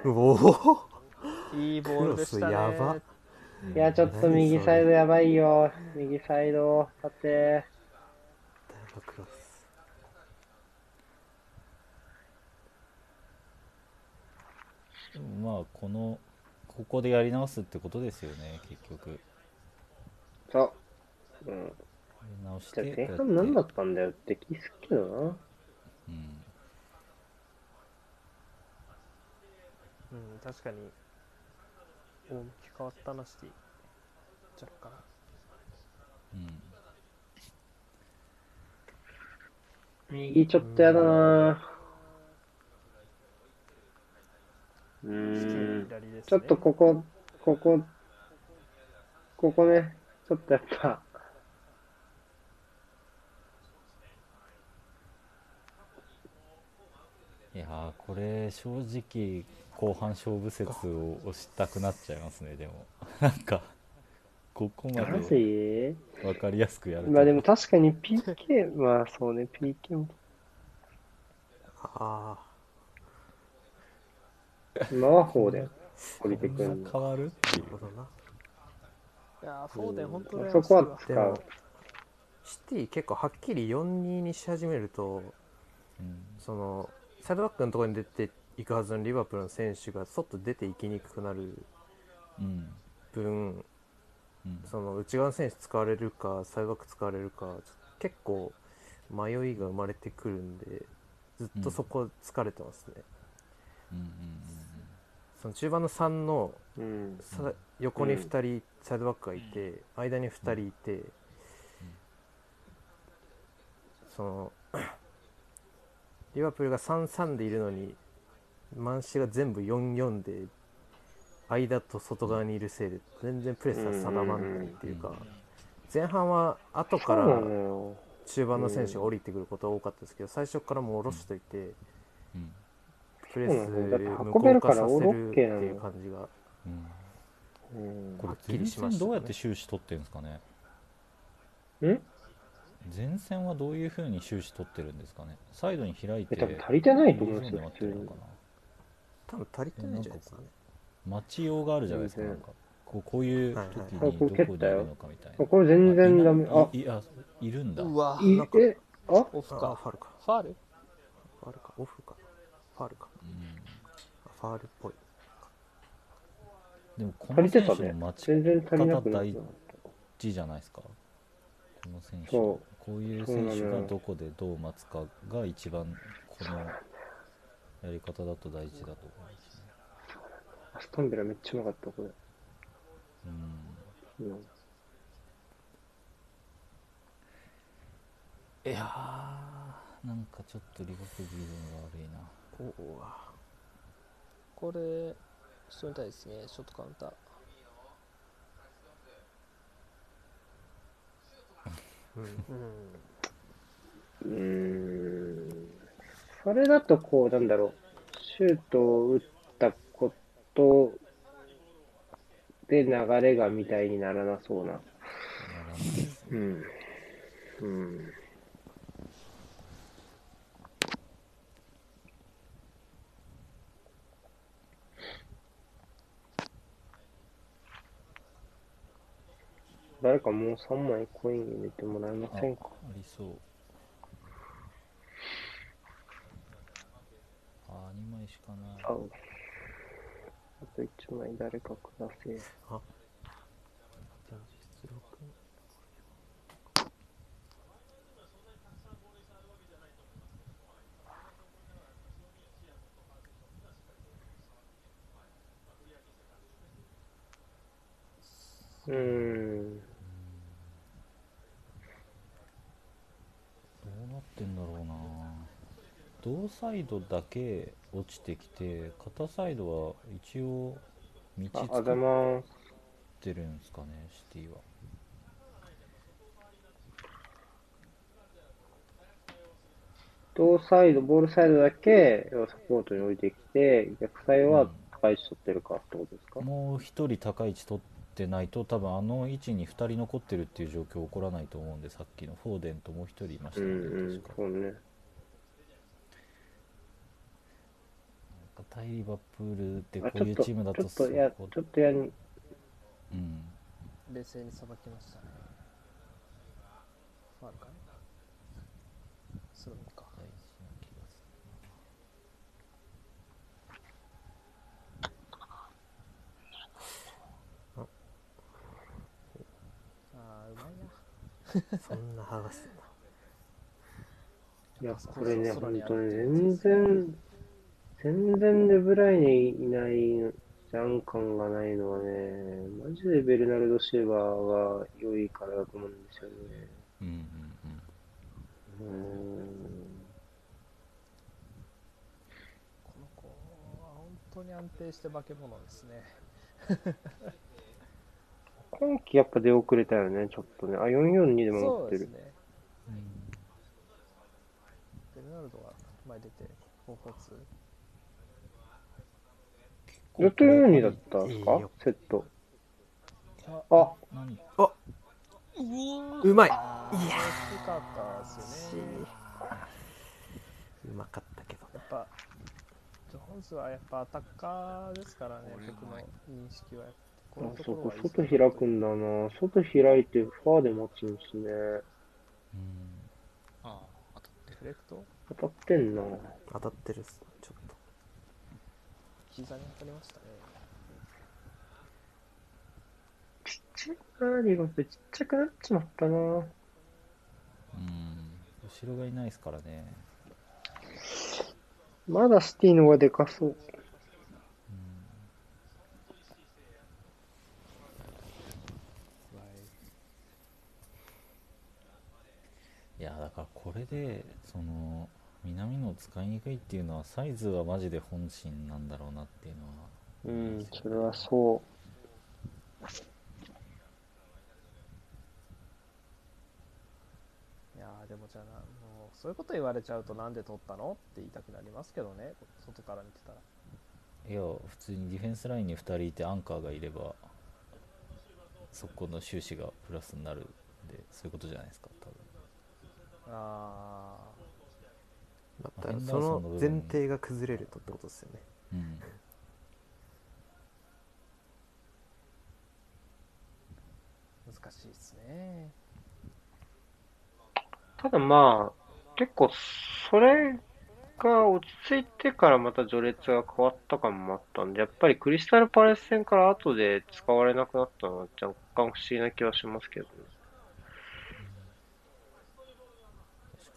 うおいいボールでしたね。 クロスやば。 いや、ちょっと右サイドやばいよ。右サイド、さて。 クロス。 でもまあこのここでやり直すってことですよね結局。 そう。うん。 やり直しじゃあて前半何だったんだよって気すっけどな。 うんうん、確かに大きく変わったな、シティ若干。 うん右ちょっとやだな。うシティのーん。 左ですね。 ちょっとここ、ここ、ここね、ちょっとやっぱ、 いやーこれ正直後半勝負説を押したくなっちゃいますね。でもなんかここまマでジ分かりやすくやると。 まあでも確かに ピーケー、まあそうね、ピーケー も。 あ今は方で降りてこくんの。 んな変わるっていあ、なるほどな。 いやー、フォーデン本当うん羨そこはましいわ。 使うでも。シティ結構はっきり よんに にし始めると、 うんそのサイドバックのところに出ていくはずのリバプールの選手が外出ていきにくくなるうん分、 うんその内側の選手使われるかサイドバック使われるかちょっと結構迷いが生まれてくるんで、ずっとそこ疲れてますね。 うんうんその中盤のさんのうん。 さ横にふたりサイドバックがいて、間にふたりいて、そのリバプールがさんさんでいるのにマンシが全部よんよんで間と外側にいるせいで全然プレスが定まんないっていうか、前半は後かそうなのらよ。 中盤の選手が降りてくることが多かったですけど、最初からもう下ろしといてうんプレスそうなのよだって無運べる効化さからオールオせるってッケーなのいう感じがうんうん。 これはっきり前しましたね線どうやって収支取ってるんですかね。 ん前線はどういう風に収支取ってるんですかね。サイドに開いてえ、多分足りてないと思うんですよ、 右ゾーンで待っ普通にてるのか。な。 多分足りてないんじゃないですかね。 待ちようがあるじゃないですか。 全然なんかこうこういうはいはい時はいここにどこにい蹴ったよるのかみたいな。 これ全然ダメ。ああい、いやいるんだ。 うわ、 いなんかえ、ああオフか。 ファールかファールファールかオフかファールかうんあファールっぽい。 でもこ足の選りてたね手の待ち全然足りなくなっ方大た。 事じゃないですか。この選手そこういうそうな選のよ手がどこでどう待つかが一番このやり方だと大事だと思いますね。 アストンビラめっちゃうまかった、これ。 うんうん。 いやーなんかちょっとリバプールリズムが悪いな。 おおわこれ、しとみたいですね、ショットカウンター。 うんうん。 うーん。それだとこう、なんだろう。シュートを打ったことで流れがみたいにならなそうな。 ならないですね。 うん。うん。誰かもうさんまいコイン入れてもらえませんか？ ありそう。あーにまいしかない。 あ、あといちまい誰かくだせえ。 あじゃあ出力うーん。 どうなってんだろうな。同サイドだけ落ちてきて片サイドは一応道あ、あ作っざまーす。 てるんですかねシティは。 同サイド、ボールサイドだけ要はサポートに置いてきて、逆サイドは高い位置取ってるかってことですか？ もう一人高い位置取ってないと多分あの位置にふたり残ってるっていう状況起こらないと思うんで、さっきのフォーデンともう一人いましたうんよね、 うん、 確か。 そうね。 対リバプールってこあ、ちょっと、 ういうチームだちょとっとや、 そこちょっとやに、 うん冷静にさばきましたね。ファウルかな、スローインか。 大事な気がすああ、うまいな。 そんな剥がすいや、 パスコこれね、 ースを空に本当ね、 あるってやつ全ですね。 然、全然デブライネいないジャン感がないのはね、マジでベルナルド・シェーバーが良いからだと思うんですよね。 うんうんうーん。 この子は本当に安定して化け物ですね。 今季やっぱ出遅れたよね、ちょっとね。あ、よんよんにでも持ってる。 そうですね。 うんベルナルドが前出て、高校通。 ずっとよんよんにだったんですかいいよセット。 あ、 あ、 何うまい。 あー、惜しかったですよね。 うまかったけどやっぱ、ジョーンズはやっぱアタッカーですからね、 これう僕のまい認識は。こうあいうとそこ、 ころはいい外開くんだな。外開いてファーで持つんですね。 うんああ、当たってる。 フレクト当たってんな。 当たってるっすちょっと膝に当たりましたね。 ちっちゃいな、リバプちっちゃくなっちまったな。 うん後ろがいないですからね。 まだシティの方がでかそう。 いやだからこれでその南野使いにくいっていうのはサイズはマジで本心なんだろうなっていうのはうん、それはそいやーでもじゃあな、もうそういうこと言われちゃうとなんで取ったのって言いたくなりますけどね、外から見てたら。 いや普通にディフェンスラインにふたりいてアンカーがいればそこの収支がプラスになるんでそういうことじゃないですか多分。 あだったまあヘンダらそのーソンの部分前提が崩れるとってことですよねうんー、難しいですね。 う。ただまあ、結構、それが落ち着いてからまた序列が変わった感もあったんで、やっぱりクリスタルパレス戦から後で使われなくなったのは若干不思議な気はしますけどね。 確か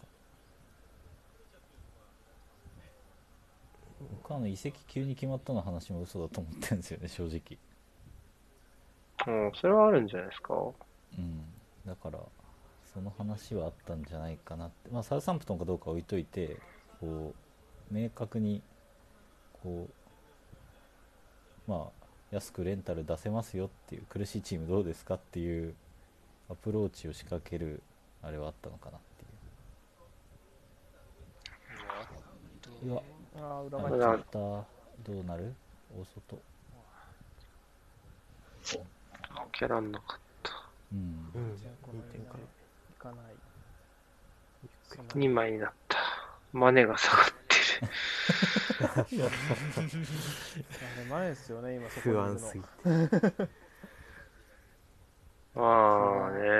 に僕はあの移籍急に決まったの話も嘘だと思ってるんですよね正直。 うん、それはあるんじゃないですか。 うんだからその話はあったんじゃないかなって、まあ、サウサンプトンかどうか置いといてこう明確にこうまあ安くレンタル出せますよっていう苦しいチームどうですかっていうアプローチを仕掛けるあれはあったのかなっていう。いやああ、裏あ返っ裏切ったどうなる大外。 キャラんなかった。 うんうんじゃあこのいい展開いかない。そんなにまいになった。マネが下がってる。 あれ前ですよね、今そこにい不るの。 安すぎてまあね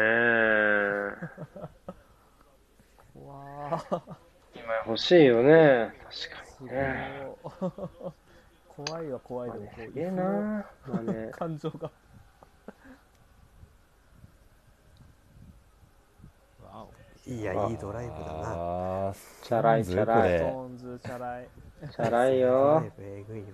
うわー、 今欲しいよね。確かすごにね。 い。怖いは怖いマでもこうネすげえな。マネ。 感情が。 わお。 いやいいドライブだなあーチャラいストーンズチャラいこれストーンズチャラい。 チャラいドよライ。ブえぐいわ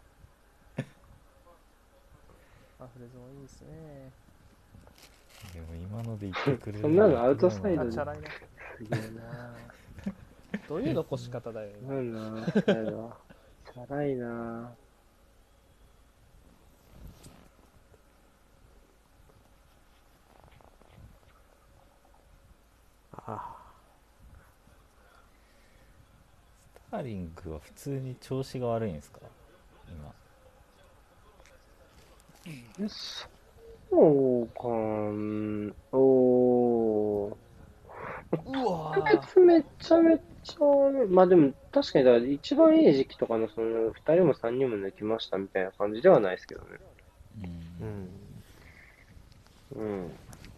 アフレゾンいいですね。 でも今ので言ってくれるそんなのアウトサイドあ、 でチャラいな。 すげえな。 どういう残し方だよ、今。 なんだ、チャラいな。 あスターリングは普通に調子が悪いんですか今。 そうかん、おー。 うわ今月めちゃめちゃ、まあでも確かにだから一番いい時期とかのそのふたりもさんにんも抜きましたみたいな感じではないですけどね。 うんうんうん。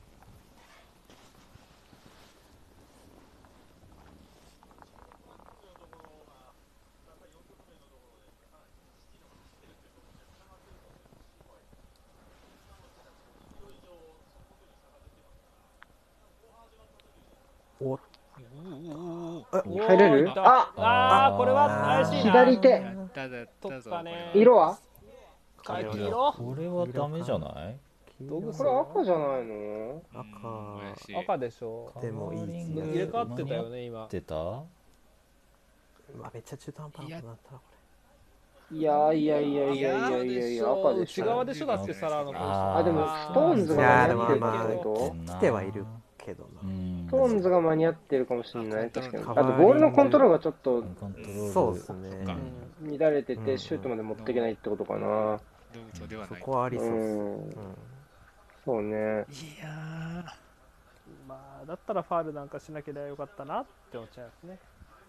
おおーお入れるーいったああーこれは怪しいな左手やっただったぞ取ったねこれは色はか色黄色これはダメじゃない？ どうぐこれ赤じゃないのうん赤怪しい赤でしょでもいいカラーリング入れ替わってたよね今間に合ってた？ うわめっちゃ中途半端なことなったなこいやいやいやいやいやいやいや赤でしょ。 内側でしょだってサラーのポジションああでもストーンズれいが間やーでに合ってもまあるってこまあ来てはいるけどなうんとストーンズが間に合ってるかもしれない。確かに。あとカバーリングボールのコントロールがちょっとコントロールそうですねそっか乱れててシュートまで持っていけないってことかな。 動物ではないそこはありうそうっすん。そうね。 いやまあだったらファールなんかしなければよかったなって思っちゃいますね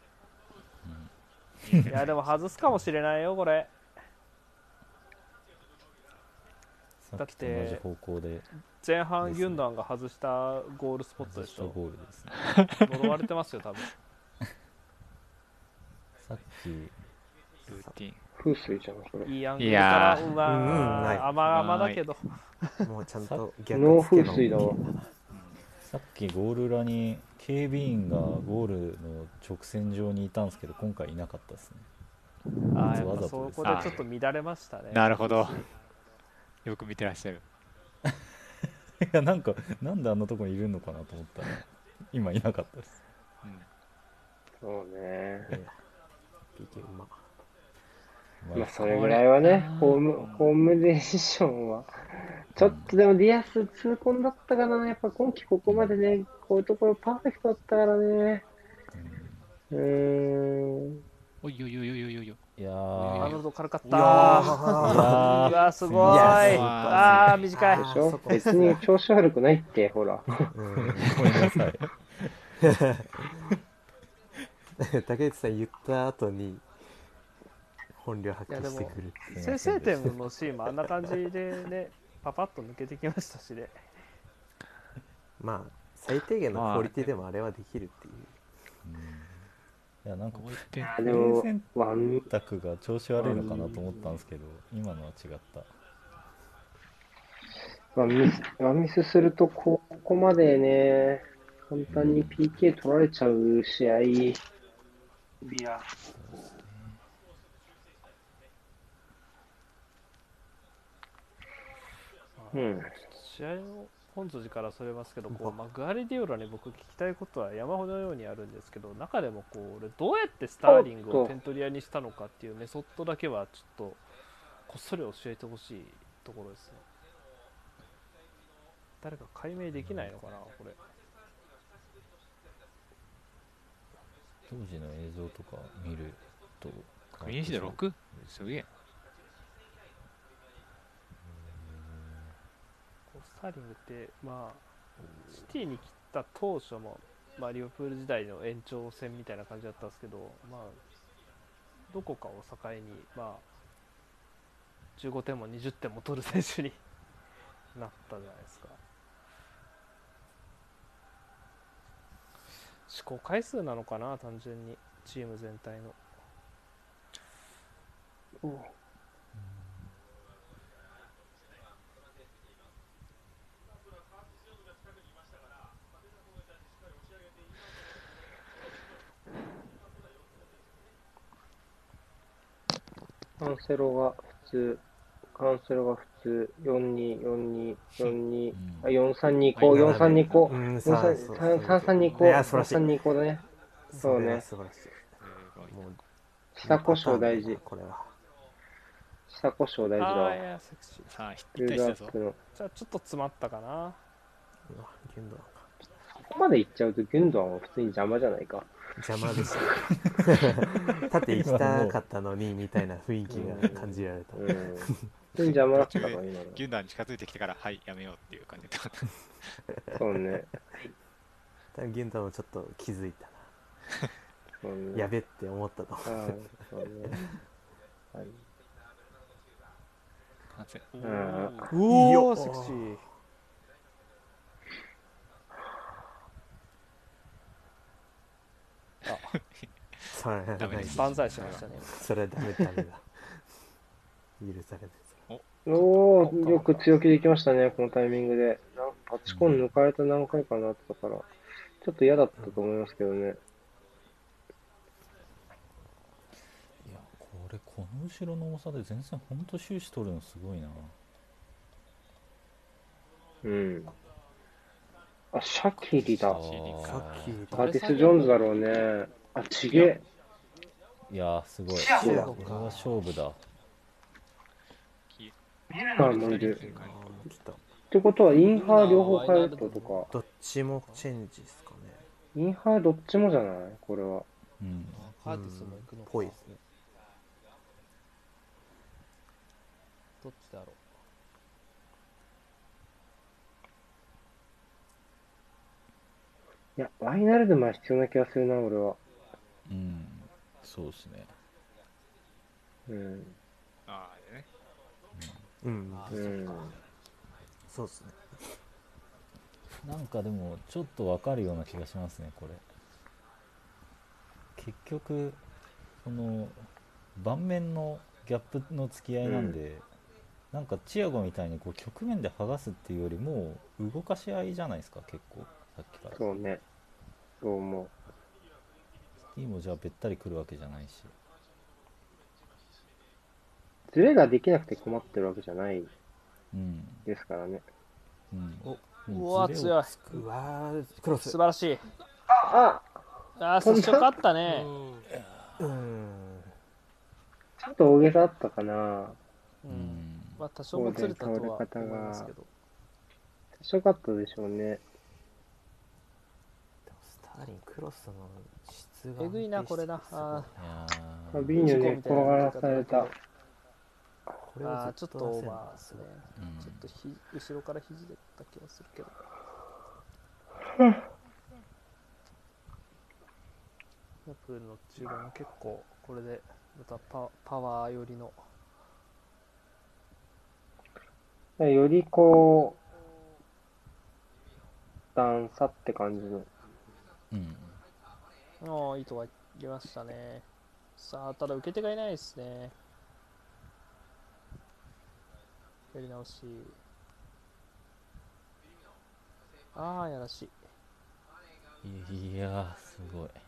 いやでも外すかもしれないよこれさっきと同じ方向で前半ギュンダンが外したゴールスポットでしょしたゴールですね。 呪われてますよ多分さっきールーティン風水じゃん、それ。 いいアングルいからやーうわうんないー甘々だけどもうちゃんと逆ノーつけの風水だわ。 さっきゴール裏に警備員がゴールの直線上にいたんですけど今回いなかったですね。 あーやわっぱそざとですこでちょっと乱れましたねなるほどよく見てらっしゃるいやなんかなんであんなとこにいるのかなと思ったら今いなかったです。 うんそうね。 ピーケー うままあ、それぐらいはね、ホーム、ホームデシションは。ちょっとでもディアス痛恨だったからな。やっぱ今季ここまでね、こういうところパーフェクトだったからね。うーん。 おいおいおいおいおいおいいやアーーノルド軽かったいやーーうわすごいいやーあー短いでしょそこ別に調子悪くないって、ほら。 うんごめんなさい。 竹内さん言った後に本領発揮してくる先制点のシーンもあんな感じでねパパッと抜けてきましたしねまあ最低限のクオリティでもあれはできるっていう、 いやなんかもう一点あ、でも選、 ワン、 択が調子悪いのかなと思ったんですけど今のは違った。 ワンミス、ワンミスすると、ここまでね、簡単に ピーケー 取られちゃう試合。いや。うん。 試合の本筋からそれますけどこう、まあ、グアリディオラに僕聞きたいことは山ほどのようにあるんですけど中でもこう俺どうやってスターリングを点取り屋にしたのかっていうメソッドだけはちょっとこっそり教えてほしいところですね。誰か解明できないのかなこれ。 当時の映像とか見るとクリーンシートろくすげえこうスターリングってまあシティに来た当初も、まあ、リオプール時代の延長戦みたいな感じだったんですけど、まあ、どこかを境に、まあ、じゅうごてんもにじゅってんも取る選手になったじゃないですか。試行回数なのかな単純にチーム全体の。 カンセロが普通、カンセロが普通、よんに、よんに、よんに、あ、よんさんに行こう、よんさんに行こう、 うんよんさん、さんさんに行こう、 いや素晴らしいさんさんに行こうだね。そうね。 素晴らしいもう下故障大事。 これは下故障大事だわああい。やセクシー。 さあビルドア一対一だぞップの。 じゃあちょっと詰まったかな。 うわギュンドアンここまで行っちゃうと、ギュンドアンは普通に邪魔じゃないか。 邪魔でした縦行きたかったのにみたいな雰囲気が感じられた、 うん。普通に邪魔だったから、今の。 ギュンダーに近づいてきてからはいやめようっていう感じでそうね。 多分玄太もちょっと気づいたそうねな。やべって思ったと思う。 はい、そうね。はい。 完成おうんーいいよおおセクシー。あ、 それはないダメです万歳しましたね。 それはダメダメだ。許されない。 おー、よく強気できましたね、このタイミングで。なんパチコン抜かれた何回かなってたから、ちょっと嫌だったと思いますけどね。 いやこれこの後ろの重さで全然ほんと終始取るのすごいな。 うん。あ、シャキリだ。 あーさっきアーティス・ジョーンズだろうね。あ、ちげえ。 いやーすごい、 チアゴこれは勝負だ。 きあ、もういる。 あー来た。 ってことは、インハー両方変えるってことか。 どっちもチェンジですかね。 インハーどっちもじゃないこれは。 うんアーティスも行くのか。 ぽいですね。 どっちだろいや、ワイナルドマン必要な気がするな、俺は。 うんそうですね。 うん。 ああねうんう。あ、 うん。 そうですね。 なんかでもちょっとわかるような気がしますねこれ。結局その盤面のギャップの付き合いなんで、なんかチアゴみたいにこう局面で剥がすっていうよりも動かし合いじゃないですか結構さっきから。 そうね。そう思う。 スティーもじゃあべったり来るわけじゃないし。 ズレができなくて困ってるわけじゃないうんですからね。 うんおうわ、強い。 うわークロス。 素晴らしい。 ああー、接触あったね。 うん。 ちょっと大げさあったかな。 う。 うんんまあ、多少もつれたとは思いますけど。 多少かったでしょうね。 でもスターリンクロスの質がえぐいな、これな。あいやファービーニョね、転がらされた。 これあー、 はちょっとオーバーですね。 うんちょっとひ後ろから肘でった気がするけど。ヤプールの中盤結構これでまたパパワー寄りの。 よりこう、段差って感じの。 うんああ、いいとこ入れましたね。さあ、ただ受け手がいないですね。やり直し。ああ、やらしい。 いやーすごい。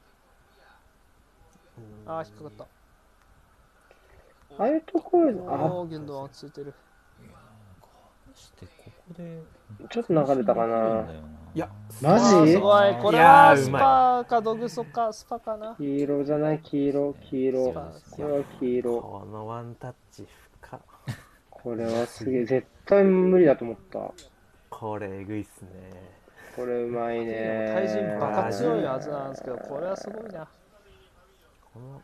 ああ、引っかかった。 ああいうところで、 おあ、 お、ギュンドアンついてる。 してここでちょっと流れたかな。 いやマあージすごい。これいやはスーうまいパかドグソかスパかな。 黄色じゃない、黄色、黄色。 スパこれは黄色。 このワンタッチ深。 これはすげえ、絶対無理だと思った。 これえぐいっすね。 これうまいね。 対人バカ強いはずなんですけど、これはすごいな。 この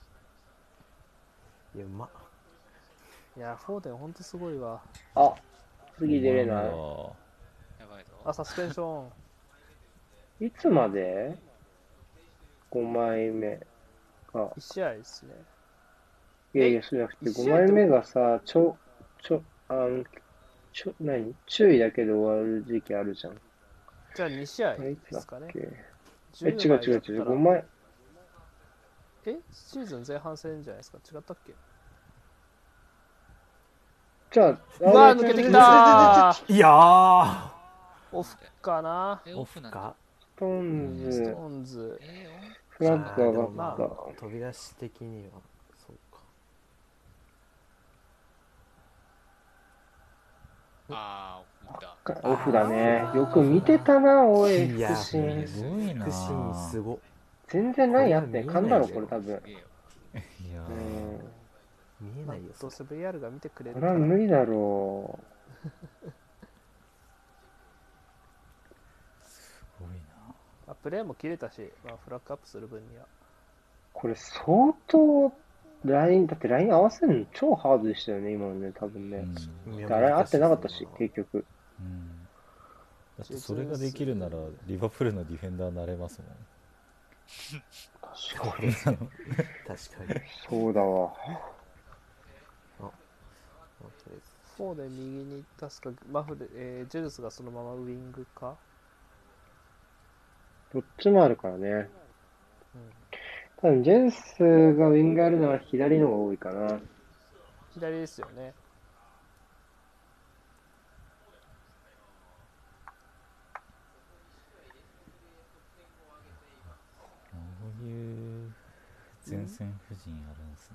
いやうまっ。 いや、フォーデンほんとすごいわ。 あ、次出れない。 やばいぞあ、サスペンション。 いつまで ?ご 枚目が。 いち試合ですね。 いやいや、そうじゃなくて、ごまいめがさ、ちょ、ちょ、あの、ちょ、何注意だけで終わる時期あるじゃん。 じゃあに試合あれいつだっですかね。 けえ、 じゅう違う違う違う、ごまい、 えシーズン前半戦じゃないですか。違ったっけ。 じゃあ、 うわあー抜けてきたー。 いやーオフかな。 えオフなんだかストーンストズ、 ーンズ。 えフラッグ上がまあった。 飛び出し的にはそうか。 あーオフだかオフだね。よく見てたな、おい、 いや腹心。 すごいな腹心すご。 全然ラインあってん。 これは見えないよ勘だろ、これ多分す。げえよいやーうん。 見えないよ。 どうせ ブイアール が見てくれこれはるから。 無理だろすごいな。 あプレーも切れたし、まあ、フラッグアップする分には。 う。これ相当、ライン、だってライン合わせるの超ハードでしたよね、今のね、多分ね。 うんであれ合ってなかったし、結局。 うんだってそれができるならリバプールのディフェンダーになれますもん。 確かに。 確かに。 そうだわ。 本当です。 フォーデン右に出すか、マフレ、えージェズスがそのままウイングか。 どっちもあるからね。 うん多分、ジェンスがウィングあるのは左の方が多いかな。 左ですよね。 こういう前線布陣あるんですね。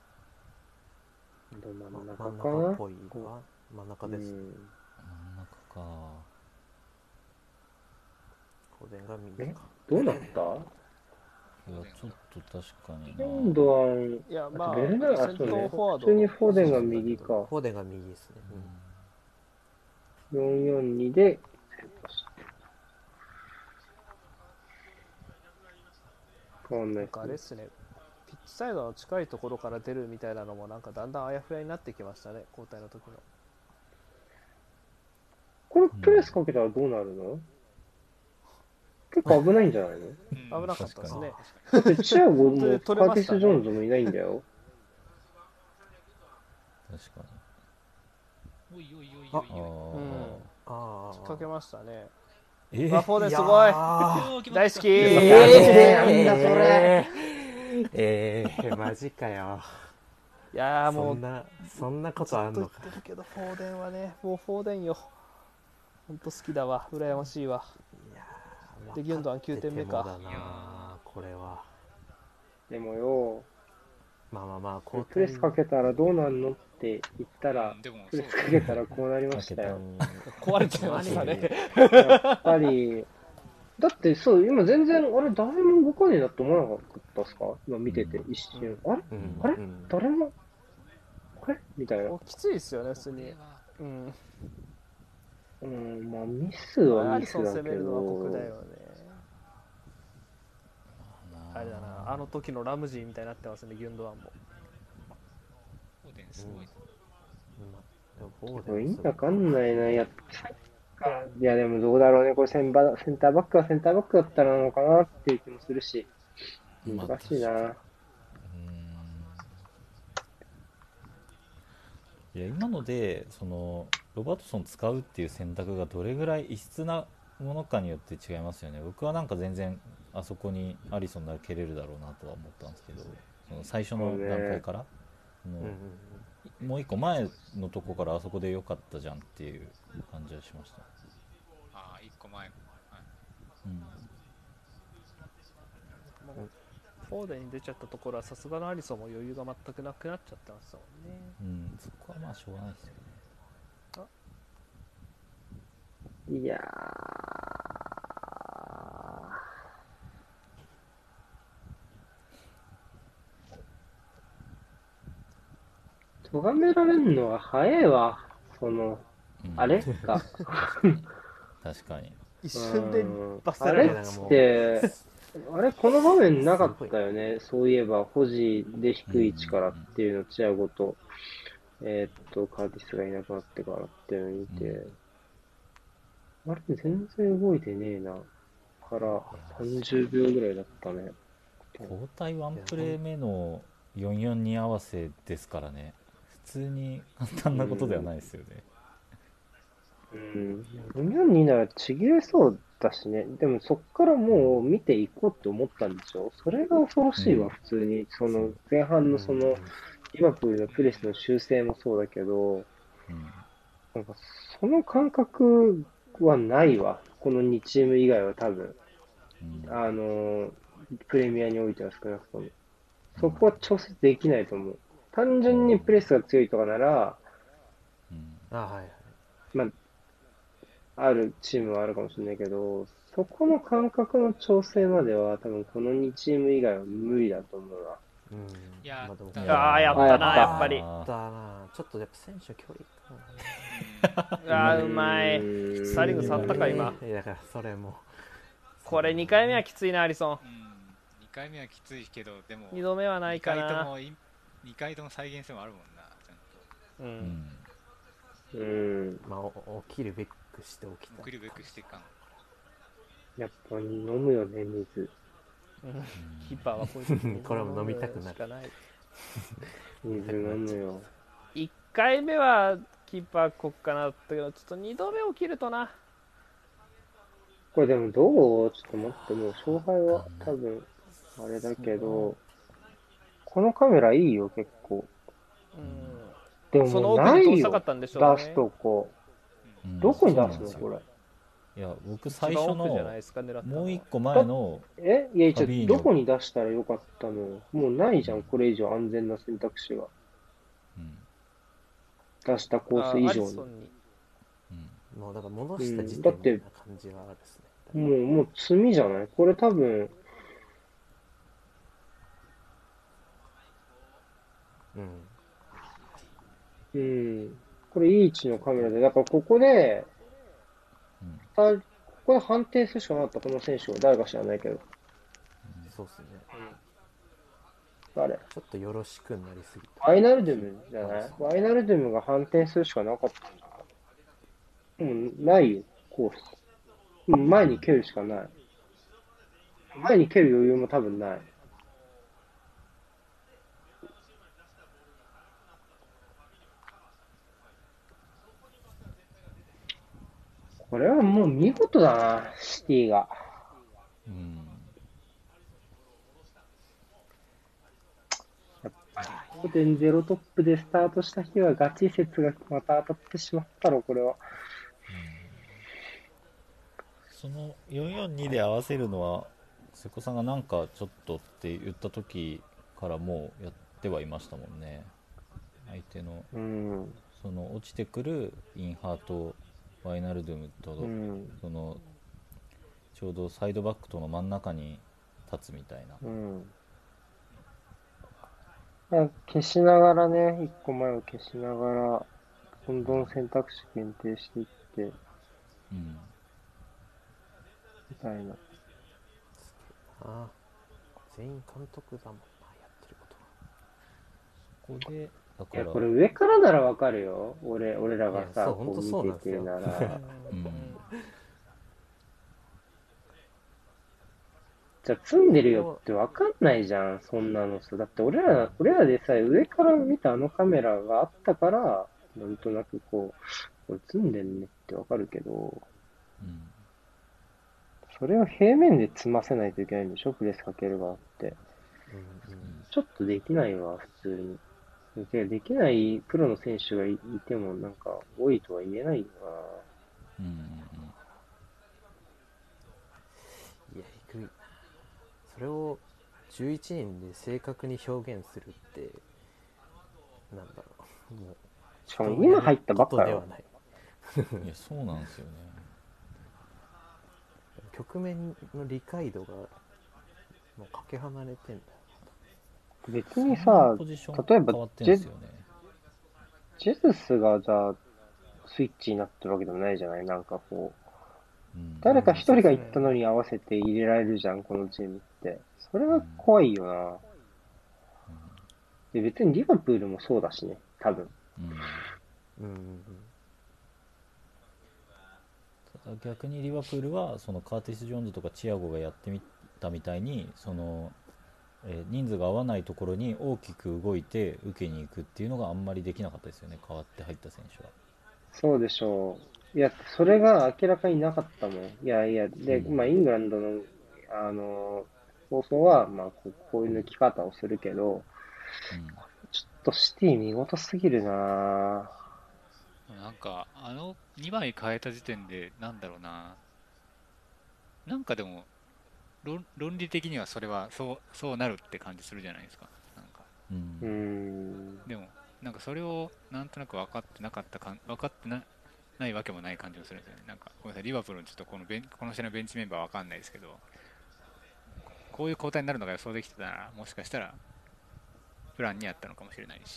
ど真んま中かな。 真ん中っぽいか真ん中です。 うん。 真ん中か。 フォーデンが右えか。 どうなったいやちょっと確かにな。 今度は、 いや、 あまあ、 ベルナー、あ、 先そうね。 頭フォワード普通にフォーデンが右か。 フォーデンが右ですね。うんよんよんにで、変わんなないんっすねかあれっすね、ピッチサイドの近いところから出るみたいなのもなんかだんだんあやふやになってきましたね、交代の時の。 これプレスかけたらどうなるの？結構危ないんじゃないの？ うん危なかったですね。 だってチアゴも取れカーティス・取れましたねジョーンズもいないんだよ。 確かに。 おいおいおいあおいおいうんああ。 引っ掛けましたね。 えあ、フォーデンすごいやおー決まった大好きえなんだそれえー、マジかよ。 いやーもうんそな、そんなこずっと言っとあんのか。 てるけど、フォーデンはね、もうフォーデンよ。ほんと好きだわ、羨ましいわ。 いやーでギュンドアンきゅうてんめか分っててもだなこれは。 でもよ、 まあまあまあ、交プレスかけたらどうなんのって言ったらうん、でもプそうレスかけたらこうなりましたよ。 壊れちゃいましたね。 やっぱり、だってそう、今全然、あれ、誰も動かねえなって思わなかったっすか今見てて、一瞬。あれうんあれうん誰もあれみたいな。 もうきついですよね、普通に。 これはうん。 うん、まあミスはアリソンミスだけ攻めるのは僕だど、 よね。あれだな、あの時のラムジーみたいになってますね、ギュンドアンも。 フォーデンすごいな。 まあでもフォーこれデン意味わかんないな。いや、いやでもどうだろうね。これセンバセンターバックはセンターバックだったらなのかなっていう気もするし。難しいな。 うーん。いや今のでそのロバートソン使うっていう選択がどれぐらい異質なものかによって違いますよね。僕はなんか全然あそこにアリソンなら蹴れるだろうなとは思ったんですけど、その最初の段階から、もうんうんうもう一個前のとこからあそこで良かったじゃんっていう感じはしました。 ああ、一個前。はいうんフォーデンに出ちゃったところはさすがのアリソンも余裕が全くなくなっちゃったんですよね。 うん、そこはまあしょうがないですよね。 いやー。咎められるのは早いわ。その、 うんあれか。 確かに。 一瞬でうん罰せあれっられる。 て、あれ、この場面なかったよね。そういえば、保持で低い位置からっていうのをチアゴと、えーっと、カーティスがいなくなってからっていうのを見て、あれ、全然動いてねえな。からさんじゅうびょうぐらいだったね。 交代ワンプレー目のよんよんに合わせですからね。普通に簡単なことではないですよね。 うん。よんよんにならちぎれそうだしね。でもそっからもう見ていこうって思ったんでしょ。それが恐ろしいわ、 うん普通に。その前半のその、リバプールのプレスの修正もそうだけど、 うんなんかその感覚はないわ。このにチーム以外は多分。 うんあの、プレミアにおいては少なくとも。そこは調節できないと思う。単純にプレスが強いとかなら、 うんあはいはい。 まあ、あるチームはあるかもしれないけど、そこの感覚の調整までは多分このにチーム以外は無理だと思うわ。 うん。 いやまあでもだああ、やったな、 あやったやっぱり。 だなちょっとやっぱ選手距離かな。 ああ、うまい。 うんスターリング触ったか、今。 いやだからそれも。 これにかいめはきついな、アリソン。 うん、にかいめはきついけど、でも、 にどめはないかにかいとな。 もい、にかいとも再現性もあるもんな、ちゃんと。 う。 うんんうん。 まあお起きるべくしておきたい。 グリベックしていかん。 やっぱ飲むよね、水。 うんキーパーはこういう時にこれも飲みたくなるしかない。 水飲むよ。 いっかいめはキーパーこっかなったけど、ちょっとにどめ起きるとな。 これでもどうちょっと待って、もう勝敗は多分、あれだけど、このカメラいいよ、結構。 うんでもそのもうない奥に通したかよ、 ったんでしょうね。 出すとこ。 うんどこに出すそうなんですよのこれ。 いや僕一最初番奥じゃないのですか、狙ったのは。 もう一個前のえいや、ちょファビーニョどこに出したらよかったのもうないじゃん、 うんこれ以上安全な選択肢が。 うん出したコース以あアリ上に。 ソンに。 うんもうだから戻した時うんだって点な感じはあるですね。 もう、もう罪じゃないこれ多分、 うん。 うん。これいい位置のカメラで、だからここで、 うんあここで判定するしかなかった、この選手は。誰か知らないけど。 そうっすね。 誰ちょっとよろしくなりすぎた。 ワイナルドゥムじゃないワイナルドゥムが反転するしかなかったんじゃないもうないよ、コース。うん前に蹴るしかない。前に蹴る余裕も多分ない。これはもう見事だな、シティが。 うんごてんゼロトップでスタートした日はガチ説がまた当たってしまったろ、これは。 そのよんよんにで合わせるのは瀬古さんがなんかちょっとって言った時からもうやってはいましたもんね。相手のうん。 その落ちてくるインハートワイナルドゥムと、 うん。 そのちょうどサイドバックとの真ん中に立つみたいな。 うん。あ消しながらね、一個前を消しながら、どんどん選択肢限定していって、 うんみたいな。 ああ。全員監督だもんな、やってることここでだいや、 からこれ上からならわかるよ。俺、俺らがさ、 いやそうほんことそうう見ててなんですよなら。 うんじゃあ、積んでるよってわかんないじゃん、そんなのさ。だって俺ら、俺らでさえ上から見たあのカメラがあったから、なんとなくこう、これ積んでんねってわかるけど、 うんそれを平面で積ませないといけないんでしょ、プレスかける側って。 が。うんうん。 ちょっとできないわ、普通に。でできないプロの選手がいいても、なんか、多いとは言えないようんうんいや、えぐいな。それをじゅういちにんで正確に表現するって、なんだろう。もう、 な。しかも今入ったばっかよことでは。ない。 いやそうなんですよね。 局面の理解度が、もうかけ離れてんだよ。 別にそんなさポジション例えば変わってんすよね。 ジェズスがじゃあ、スイッチになってるわけでもないじゃないなんかこう。 うん誰か一人が言ったのに合わせて入れられるじゃん、このチームって。それは怖いよな。で、別にリバプールもそうだしね、多分。 うんうんうんただ逆にリバプールはそのカーティス・ジョーンズとかチアゴがやってみたみたいにその、えー人数が合わないところに大きく動いて受けに行くっていうのがあんまりできなかったですよね、代わって入った選手は。 そうでしょう。いや、それが明らかになかったもん。いやいや、で、 うんまあ、イングランドの、あの、放送は、まあ、こうこういう抜き方をするけど、 うんちょっとシティ見事すぎるななんか、あのにまい変えた時点で、なんだろうな。なんかでも、論、論理的にはそれはそう、そうなるって感じするじゃないですか。なんか。 ううーんん。 でも、なんかそれをなんとなく分かってなかったかん、分かってな、ないわけもない感じがするんですよね。なんか、ごめんなさい、リバプールのちょっとこのベン、この試合のベンチメンバーは分かんないですけど、こういう交代になるのが予想できてたら、もしかしたら、プランにあったのかもしれないし、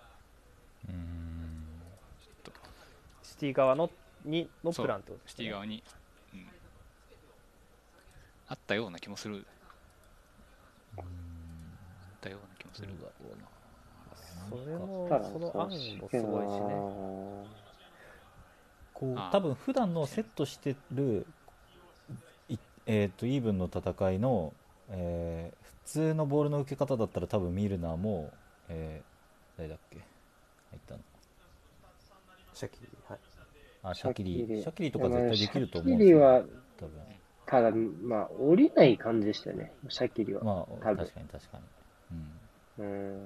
うんちょっと、 シティ側のにのそうプランってことですね。 シティ側に、うん、あったような気もする。あったような気もする。 どうだろうな。 それもたらその案もすそうしけどごいしね。 ここうあー多分普段のセットしてるいえー、とイーブンの戦いの、えー普通のボールの受け方だったら多分ミルナーも、えー誰だっけ入ったのシャキリ、はい。 あシャキリシャキリシャキリとか絶対できると思シャうんですよ、ね、 キリは、 多分ただ、まあ、降りない感じでしたよね、シャキリは。 まあ多分確かに確かに、うん、 うん。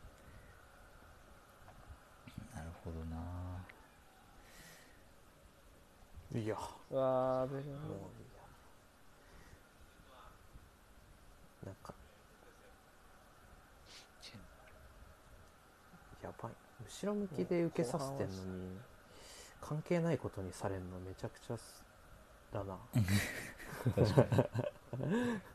なるほどないや、 うわーベルもうなんかやばい、後ろ向きで受けさせてんのに関係ないことにされるのめちゃくちゃすだな。 確かに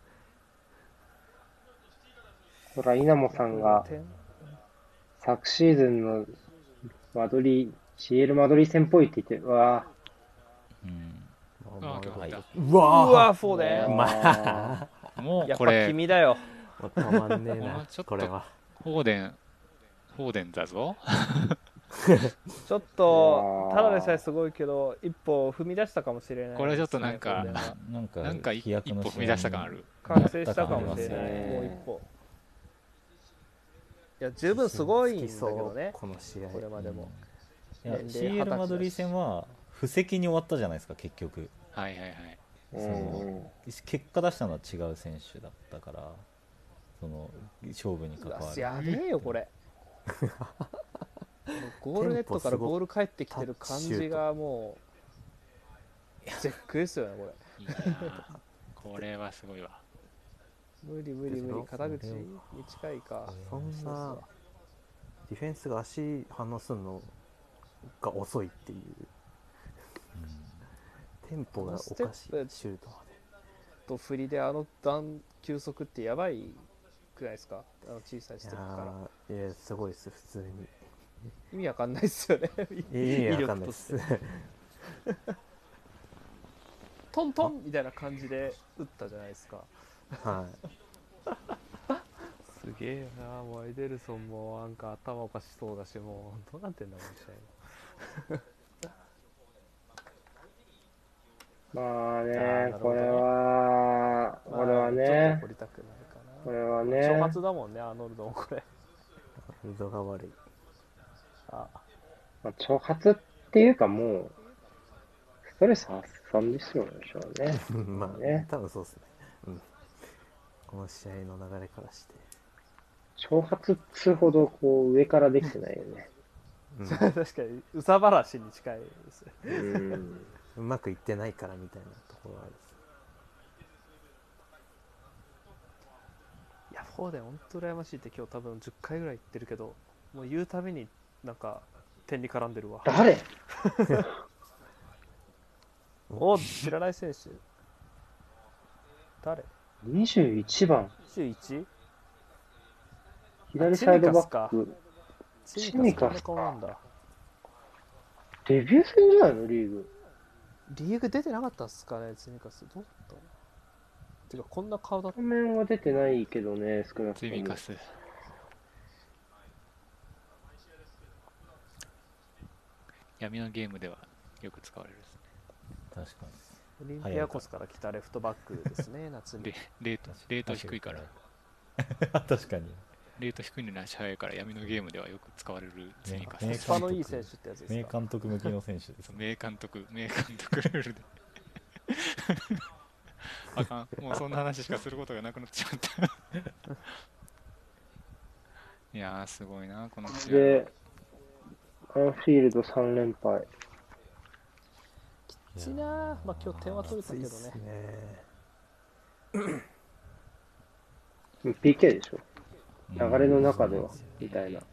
ほら、稲モさんが点昨シーズンのマドリ、シーエル マドリー戦っぽいって言って、うわうんあー決まった、 ううわわーフォーデンーまあやっぱもうこれ君だよ。 もうたまんねえこなのちょっとこれは。 フォーデンフォーデンだぞ。 ちょっとうわーただでさえすごいけど一歩踏み出したかもしれないですね、 これはちょっとなんかフォーデンはなんかなんか一飛躍の一歩踏み出した感ある。 覚醒したかもしれない、 やった感ありますねもう一歩。いや十分すごいんだけどね、 この試合これまでも。 いや年齢シーエル マドリー戦は布石に終わったじゃないですか結局はいはいはい。 ーその結果出したのは違う選手だったからその勝負に関うわわるやべえよこれゴールネットからボール返ってきてる感じがもう絶句ですよねこれ。 いやーこれはすごいわ。 無理無理無理、肩口それをに近いか。 そんなディフェンスが足離すのが遅いっていう、テンポがおかしいシュートまで。 と振りであの段球速ってやばいくないですか、あの小さいスいテップから。 やーいやすごいです普通に。 意味わかんないっすよね意味わかんないですトントンみたいな感じで打ったじゃないですか。 はいすげえな、もうエデルソンもなんか頭おかしそうだし、もうどうなってんだこの試合。 まああーねなるほどねこれは、これはまあちょっねと掘りたくなるかこな。 れはね挑発だもんね、アーノルドもこれ。 フードが悪い。 あまあ、挑発っていうかもう、ストレス発散ですよね、しょうね。 まあね多分そうですね、うん、この試合の流れからして、 挑発っつうほどこう上からできてないよね。 うん確かにうさばらしに近いですね。 うん。 うまくいってないからみたいなところはある。 いやフォーデン本当羨ましいって今日多分じゅっかいぐらい言ってるけど、もう言うたびになんか点に絡んでるわ。 誰お知らない選手誰 ?にじゅういちばん、 にじゅういち? 左サイドバッかク。 チミカスこんな顔なんだ。 デビュー戦じゃないのリーグ。 リーグ出てなかったっすかね、チミカス。どうだったのてかこんな顔だった。 画面は出てないけどね、少なくツとも。 イミカス。闇のゲームではよく使われるですね。 確かオリンピアコスから来たレフトバックですね、夏にで。レートにレート低いから確かにレート低いのに足速いから闇のゲームではよく使われるツイミカスねです。 コスパのいい選手ってやつです名か。 監督向きの選手ですそう名監督名監督ルールであかん、もうそんな話しかすることがなくなってしまったいやーすごいなこの試合は。 で、アンフィールドさん連敗。 きついな、まあ今日点は取れたけどね。 ねピーケー でしょ。 うん流れの中では、みたいな。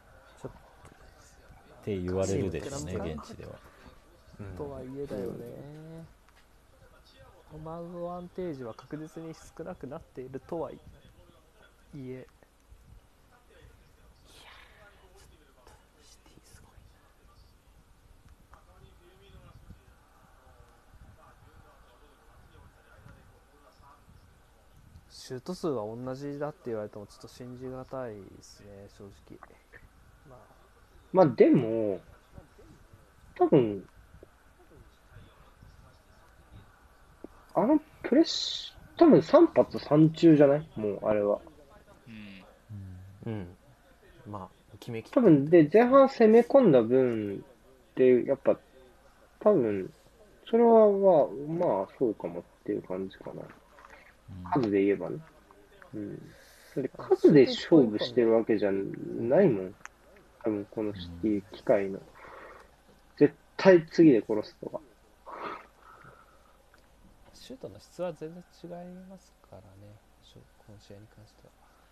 って言われるでしょうね現地では。 うんとはいえだよね。ロマンドアンテージは確実に少なくなっているとはいえ、 シティすごいシュート数は同じだって言われてもちょっと信じがたいですね、正直。まあ、 まあでも、多分、 あのプレッシュ、多分さん発さん中じゃないもう、あれは。 うん。 うんまあ決めきった多分、で、前半攻め込んだ分で、やっぱ、多分、それは、まあ、まあ、そうかもっていう感じかな。数で言えばね。うん。だってあ数でシュート一本勝負してるわけじゃないもん。多分、このシティ機械の。絶対次で殺すとか。 シュートの質は全然違いますからね、しょこの試合に関しては。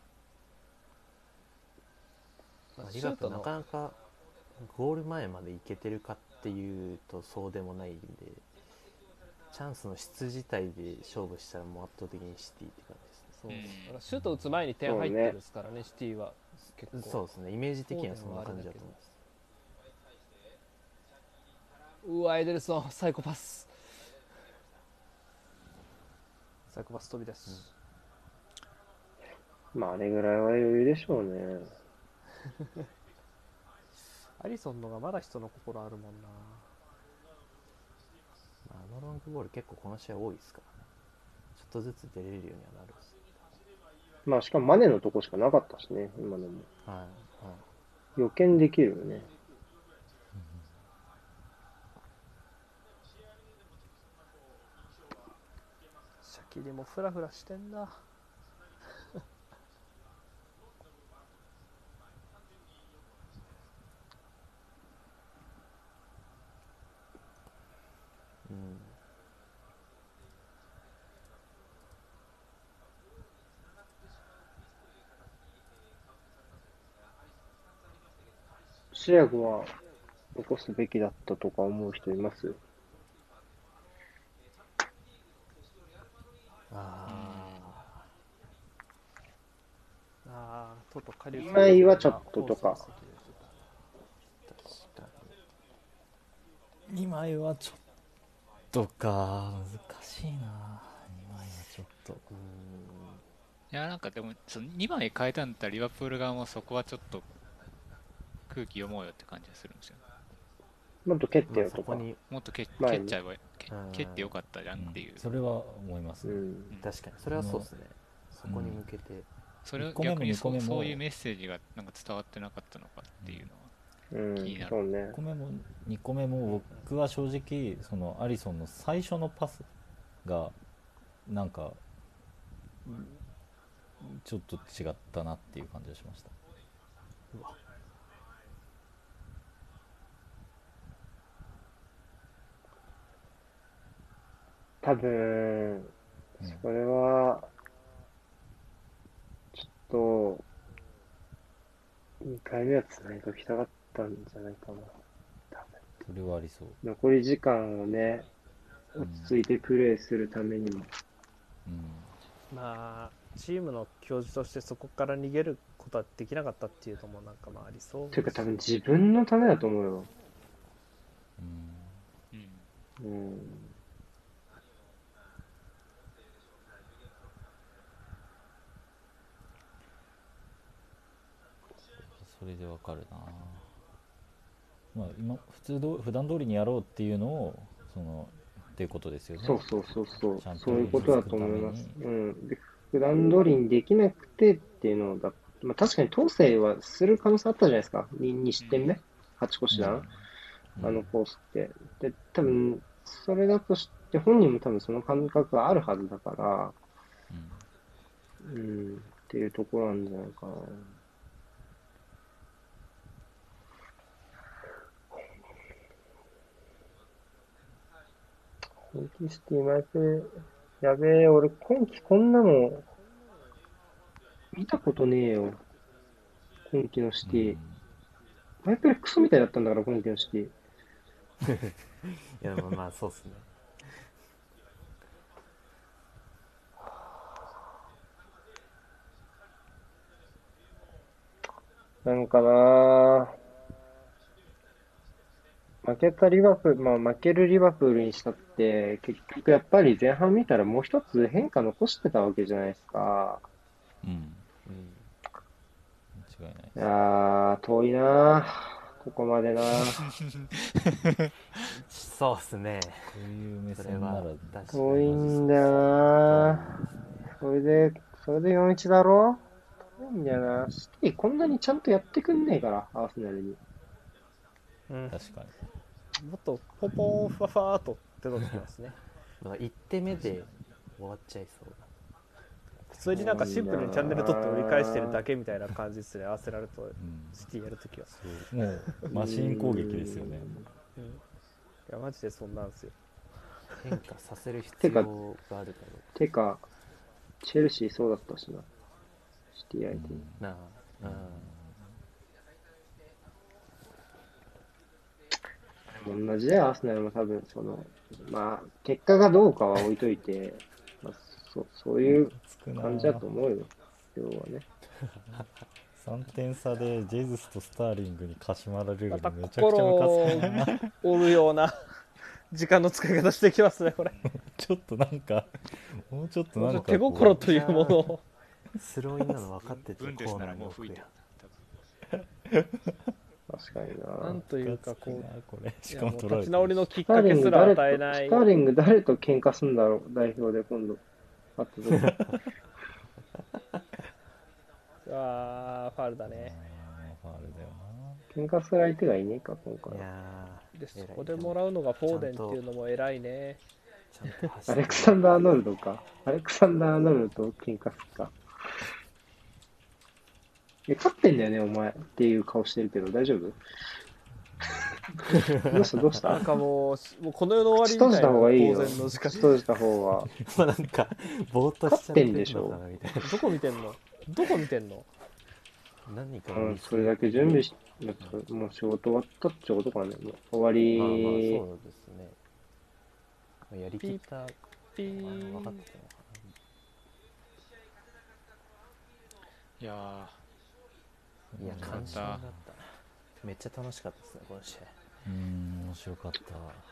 まあ、 まあリバプールなシュートのかなかゴール前まで行けてるかっていうとそうでもないんで、チャンスの質自体で勝負したらもう圧倒的にシティって感そううんだからシュート打つ前に点入ってるですからね、シティは結構。 じですね。そうですね、イメージ的にはそんな感じだと思います。 うわ、エデルソン、サイコパス。サイコパス飛び出し。 まあ、あれぐらいは余裕でしょうね。 アリソンのがまだ人の心あるもんな。 まあ、あのロングボール結構この試合多いですからね。ちょっとずつ出れるようにはなるんですまあ、しかもマネのとこしかなかったしね、今のも。 はいはい。 予見できるよね。 シャキリもフラフラしてんな。 うんシアゴは残すべきだったとか思う人います？ あああ、とうとう加入今井はちょっととか放送席であ、確かにまいはちょっとか難しいな。にまいはちょっとに。うんいや、なんかでも、そのにまい変えたんだったら、リバプール側もそこはちょっと空気読もうよって感じがするんですよ。 もっと蹴ってまあよとか。 そこに、 もっと蹴前に蹴っちゃえば、蹴うん蹴ってよかったじゃんっていう。 それは思いますね、 うん。 確かにそれはそうですね。そこに向けて、 それをいっこめも逆ににこめもそうそういうメッセージがなんか伝わってなかったのかっていうのはうん気になる。 そうねいっ。こめもにこめも僕は正直そのアリソンの最初のパスがなんかちょっと違ったなっていう感じがしました。 多分、それは、ちょっと、にかいめは繋いときたかったんじゃないかな。 それはありそう。 残り時間をね、落ち着いてプレーするためにも。 うん、 まあチームの教授としてそこから逃げることはできなかったっていうのもなんかまあありそうていうか多分自分のためだと思うよ。 うん、 うんうん。 それでわかるな。まあ今普通ど普段通りにやろうっていうのをそのっていうことですよね。 そうそうそうそうちゃん。とそういうことだと思います。 落ち着くうん。で、普段通りにできなくてっていうのだ。まあ確かに統制はする可能性あったじゃないですか。に, に失点目 ?はち 個うんシダウン、 うんあのコースって。で、多分、それだとして、本人も多分その感覚があるはずだから、 うんうん、っていうところなんじゃないかな。本気シティマイク、やべえ、俺今季こんなの見たことねえよ。今季のシティ。マイプレクソみたいだったんだから、今季のシティ。 いやまあまあそうですね。 なんかなぁ、負けたリバプール、まあ負けるリバプールにしたって、結局やっぱり前半見たらもう一つ変化残してたわけじゃないですか。 うん、 うん間違いないいやー、遠いなぁ。 ここまでな。 そうっすね。 こういう目それ線ならは確か遠いに。 んだよな。それで、それでよんいちだろ。遠いんだよな。シティこんなにちゃんとやってくんねえから、アーセナルに。 うん、 確かに。 もっとポンポンファファーっと手のつきますね。 だからいってんめで終わっちゃいそうだ。 普通になんかシンプルにチャンネル取って折り返してるだけみたいな感じですね、合わせられるとうん、 シティやるときは。 そうもうマシン攻撃ですよね。 うん、いやマジでそんなんですよ。 変化させる必要があるかどうか。 てか、チェルシーそうだったしな。シティ相手に。 なあ、うん。 同じだよ、アーセナルも多分、その、まあ、結果がどうかは置いといて、まあ、そそういう少な感じだと思うよ、要はね。 さんてん差でジェズスとスターリングにかしまられるのまためちゃくちゃムカつくな。 心折るような時間の使い方してきますね、これ。 ちょっとなんかもうちょっともうちょっと手なんかこう心というものを。 スローインなの分かっててブンデスならコーナーにもう吹いて置くやるん。 確かにな。 なんというかこムカつくなこれう、いしかもやもう取られてる立ち直りのきっスターかけすらリング誰与えない。 と、スターリング誰と喧嘩すんだろう、代表で今度。あったぞ。 あーファウルだね。 あーファウルだよ喧嘩する相手がいねえか、今回いは。 やでそ偉いこでもらうのがフォーデンっていうのも偉いね。 ちゃんと走アってレクサンダー・アーノルドか。アレクサンダー・アーノルドと喧嘩するか。え、勝ってんだよね、お前っていう顔してるけど、大丈夫？どうしたどうしたなんかもうしもうこの世の終口閉じたわりみたいな当方がいいよ。 然の時間。 口閉じた方は。 まあなんかぼーっとしちゃってんのかなみたいな。 どこ見てんの？どこ見てんの？ 何かうん、それだけ準備し、なんかもう仕事終わったってことかね。もう終わり。 まあまあそうですね。まあやりきったピー分かってたのかいやな。いや面白かった関心だったな。めっちゃ楽しかったですねこの試合。 うーん面白かった。 こ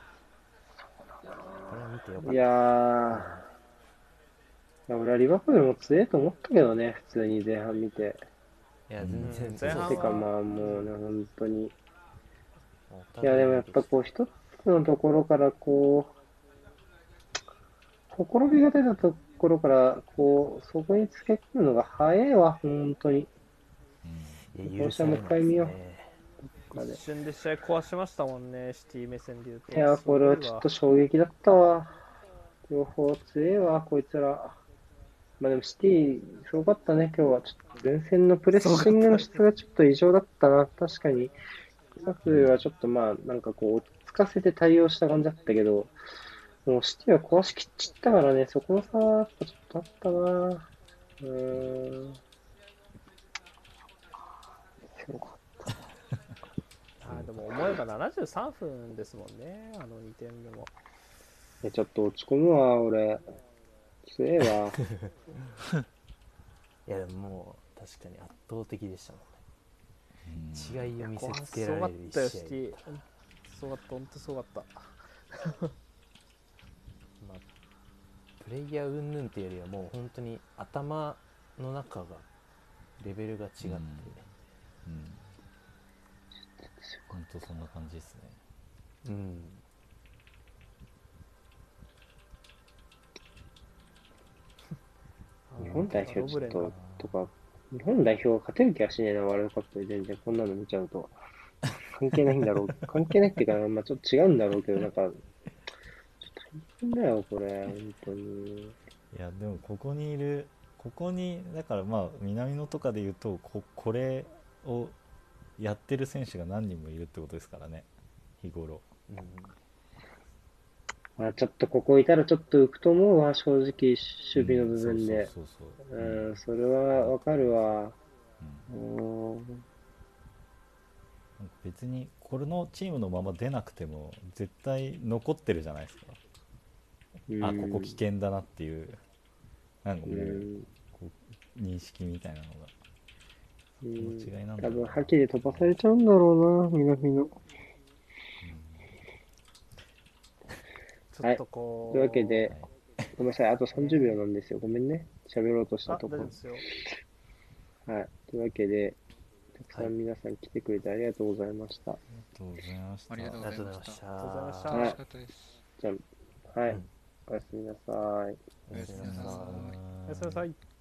れは見てよかった。 いやー、いや俺はリバプールも強えと思ったけどね、普通に前半見て。 いや全然うん前半はてかまあもうね、本当に。 おいやでもやっぱこう一つのところからこう、ほころびが出たところからこう、そこにつけ込むのが早いわ、本当に。 いや許されないですね。 一瞬で試合壊しましたもんね、シティ目線で言うと。 いや、これはちょっと衝撃だったわ。両方強えわ、こいつら。まあでもシティ、すごかったね、今日は。ちょっと前線のプレッシングの質がちょっと異常だったな。確かに。サフはちょっとまあ、なんかこう、落ち着かせて対応した感じだったけど、もうシティは壊しきっちったからね、そこの差はやっぱちょっとあったな。うーん。すごかったあーでも思えばななじゅうさんぷんですもんね、あのにてんめも。 いや、ちょっと落ち込むわ、俺。強えわ。 いやでももう確かに圧倒的でしたもうんんね。違いを見せ後半つけすごかっられる一たよ、シテ試合。 ィ。すごかった、ほんとすごかった。 まあ、プレイヤー云々っていうよりはもう本当に頭の中がレベルが違って、 うんうん本当そんな感じですね。 うん、 日本代表ちょっとロブレンが、 とか、日本代表が勝てる気がしねえな、ワールドカップで全然こんなの見ちゃうと。関係ないんだろう。関係ないっていうか、まあちょっと違うんだろうけど、なんか、ちょっと大変だよ、これ、本当に。 いやでもここにいるここにだからまあ南野とかで言うと こ, これをやってる選手が何人もいるってことですからね日頃。 うん、 まあちょっとここいたらちょっと浮くと思うわ、正直、守備の部分で。 そうそうそうそう、 うん、それはわかるわ。 うんうん別にこれのチームのまま出なくても絶対残ってるじゃないですか。あここ危険だなっていうなんかうもうんこう認識みたいなのがうそのん違いなんだろうな。 多分、覇気で飛ばされちゃうんだろうな、南の。 ちょっとこう。 というわけではいごめんなさい、あとさんじゅうびょうなんですよ。ごめんね。喋ろうとしたあ、 ところ大丈夫で。すよ。 はい。というわけで、 たくさん皆さん来てくれてありがとうございました。 ありがとうございました。 ありがとうあございまし。 りがとうございましたた。 ありがとうございました楽しかったです。 じゃあ、はい、 うんおやすみなさい。 おやすみなさい。 おやすみなさいおやすみなさい。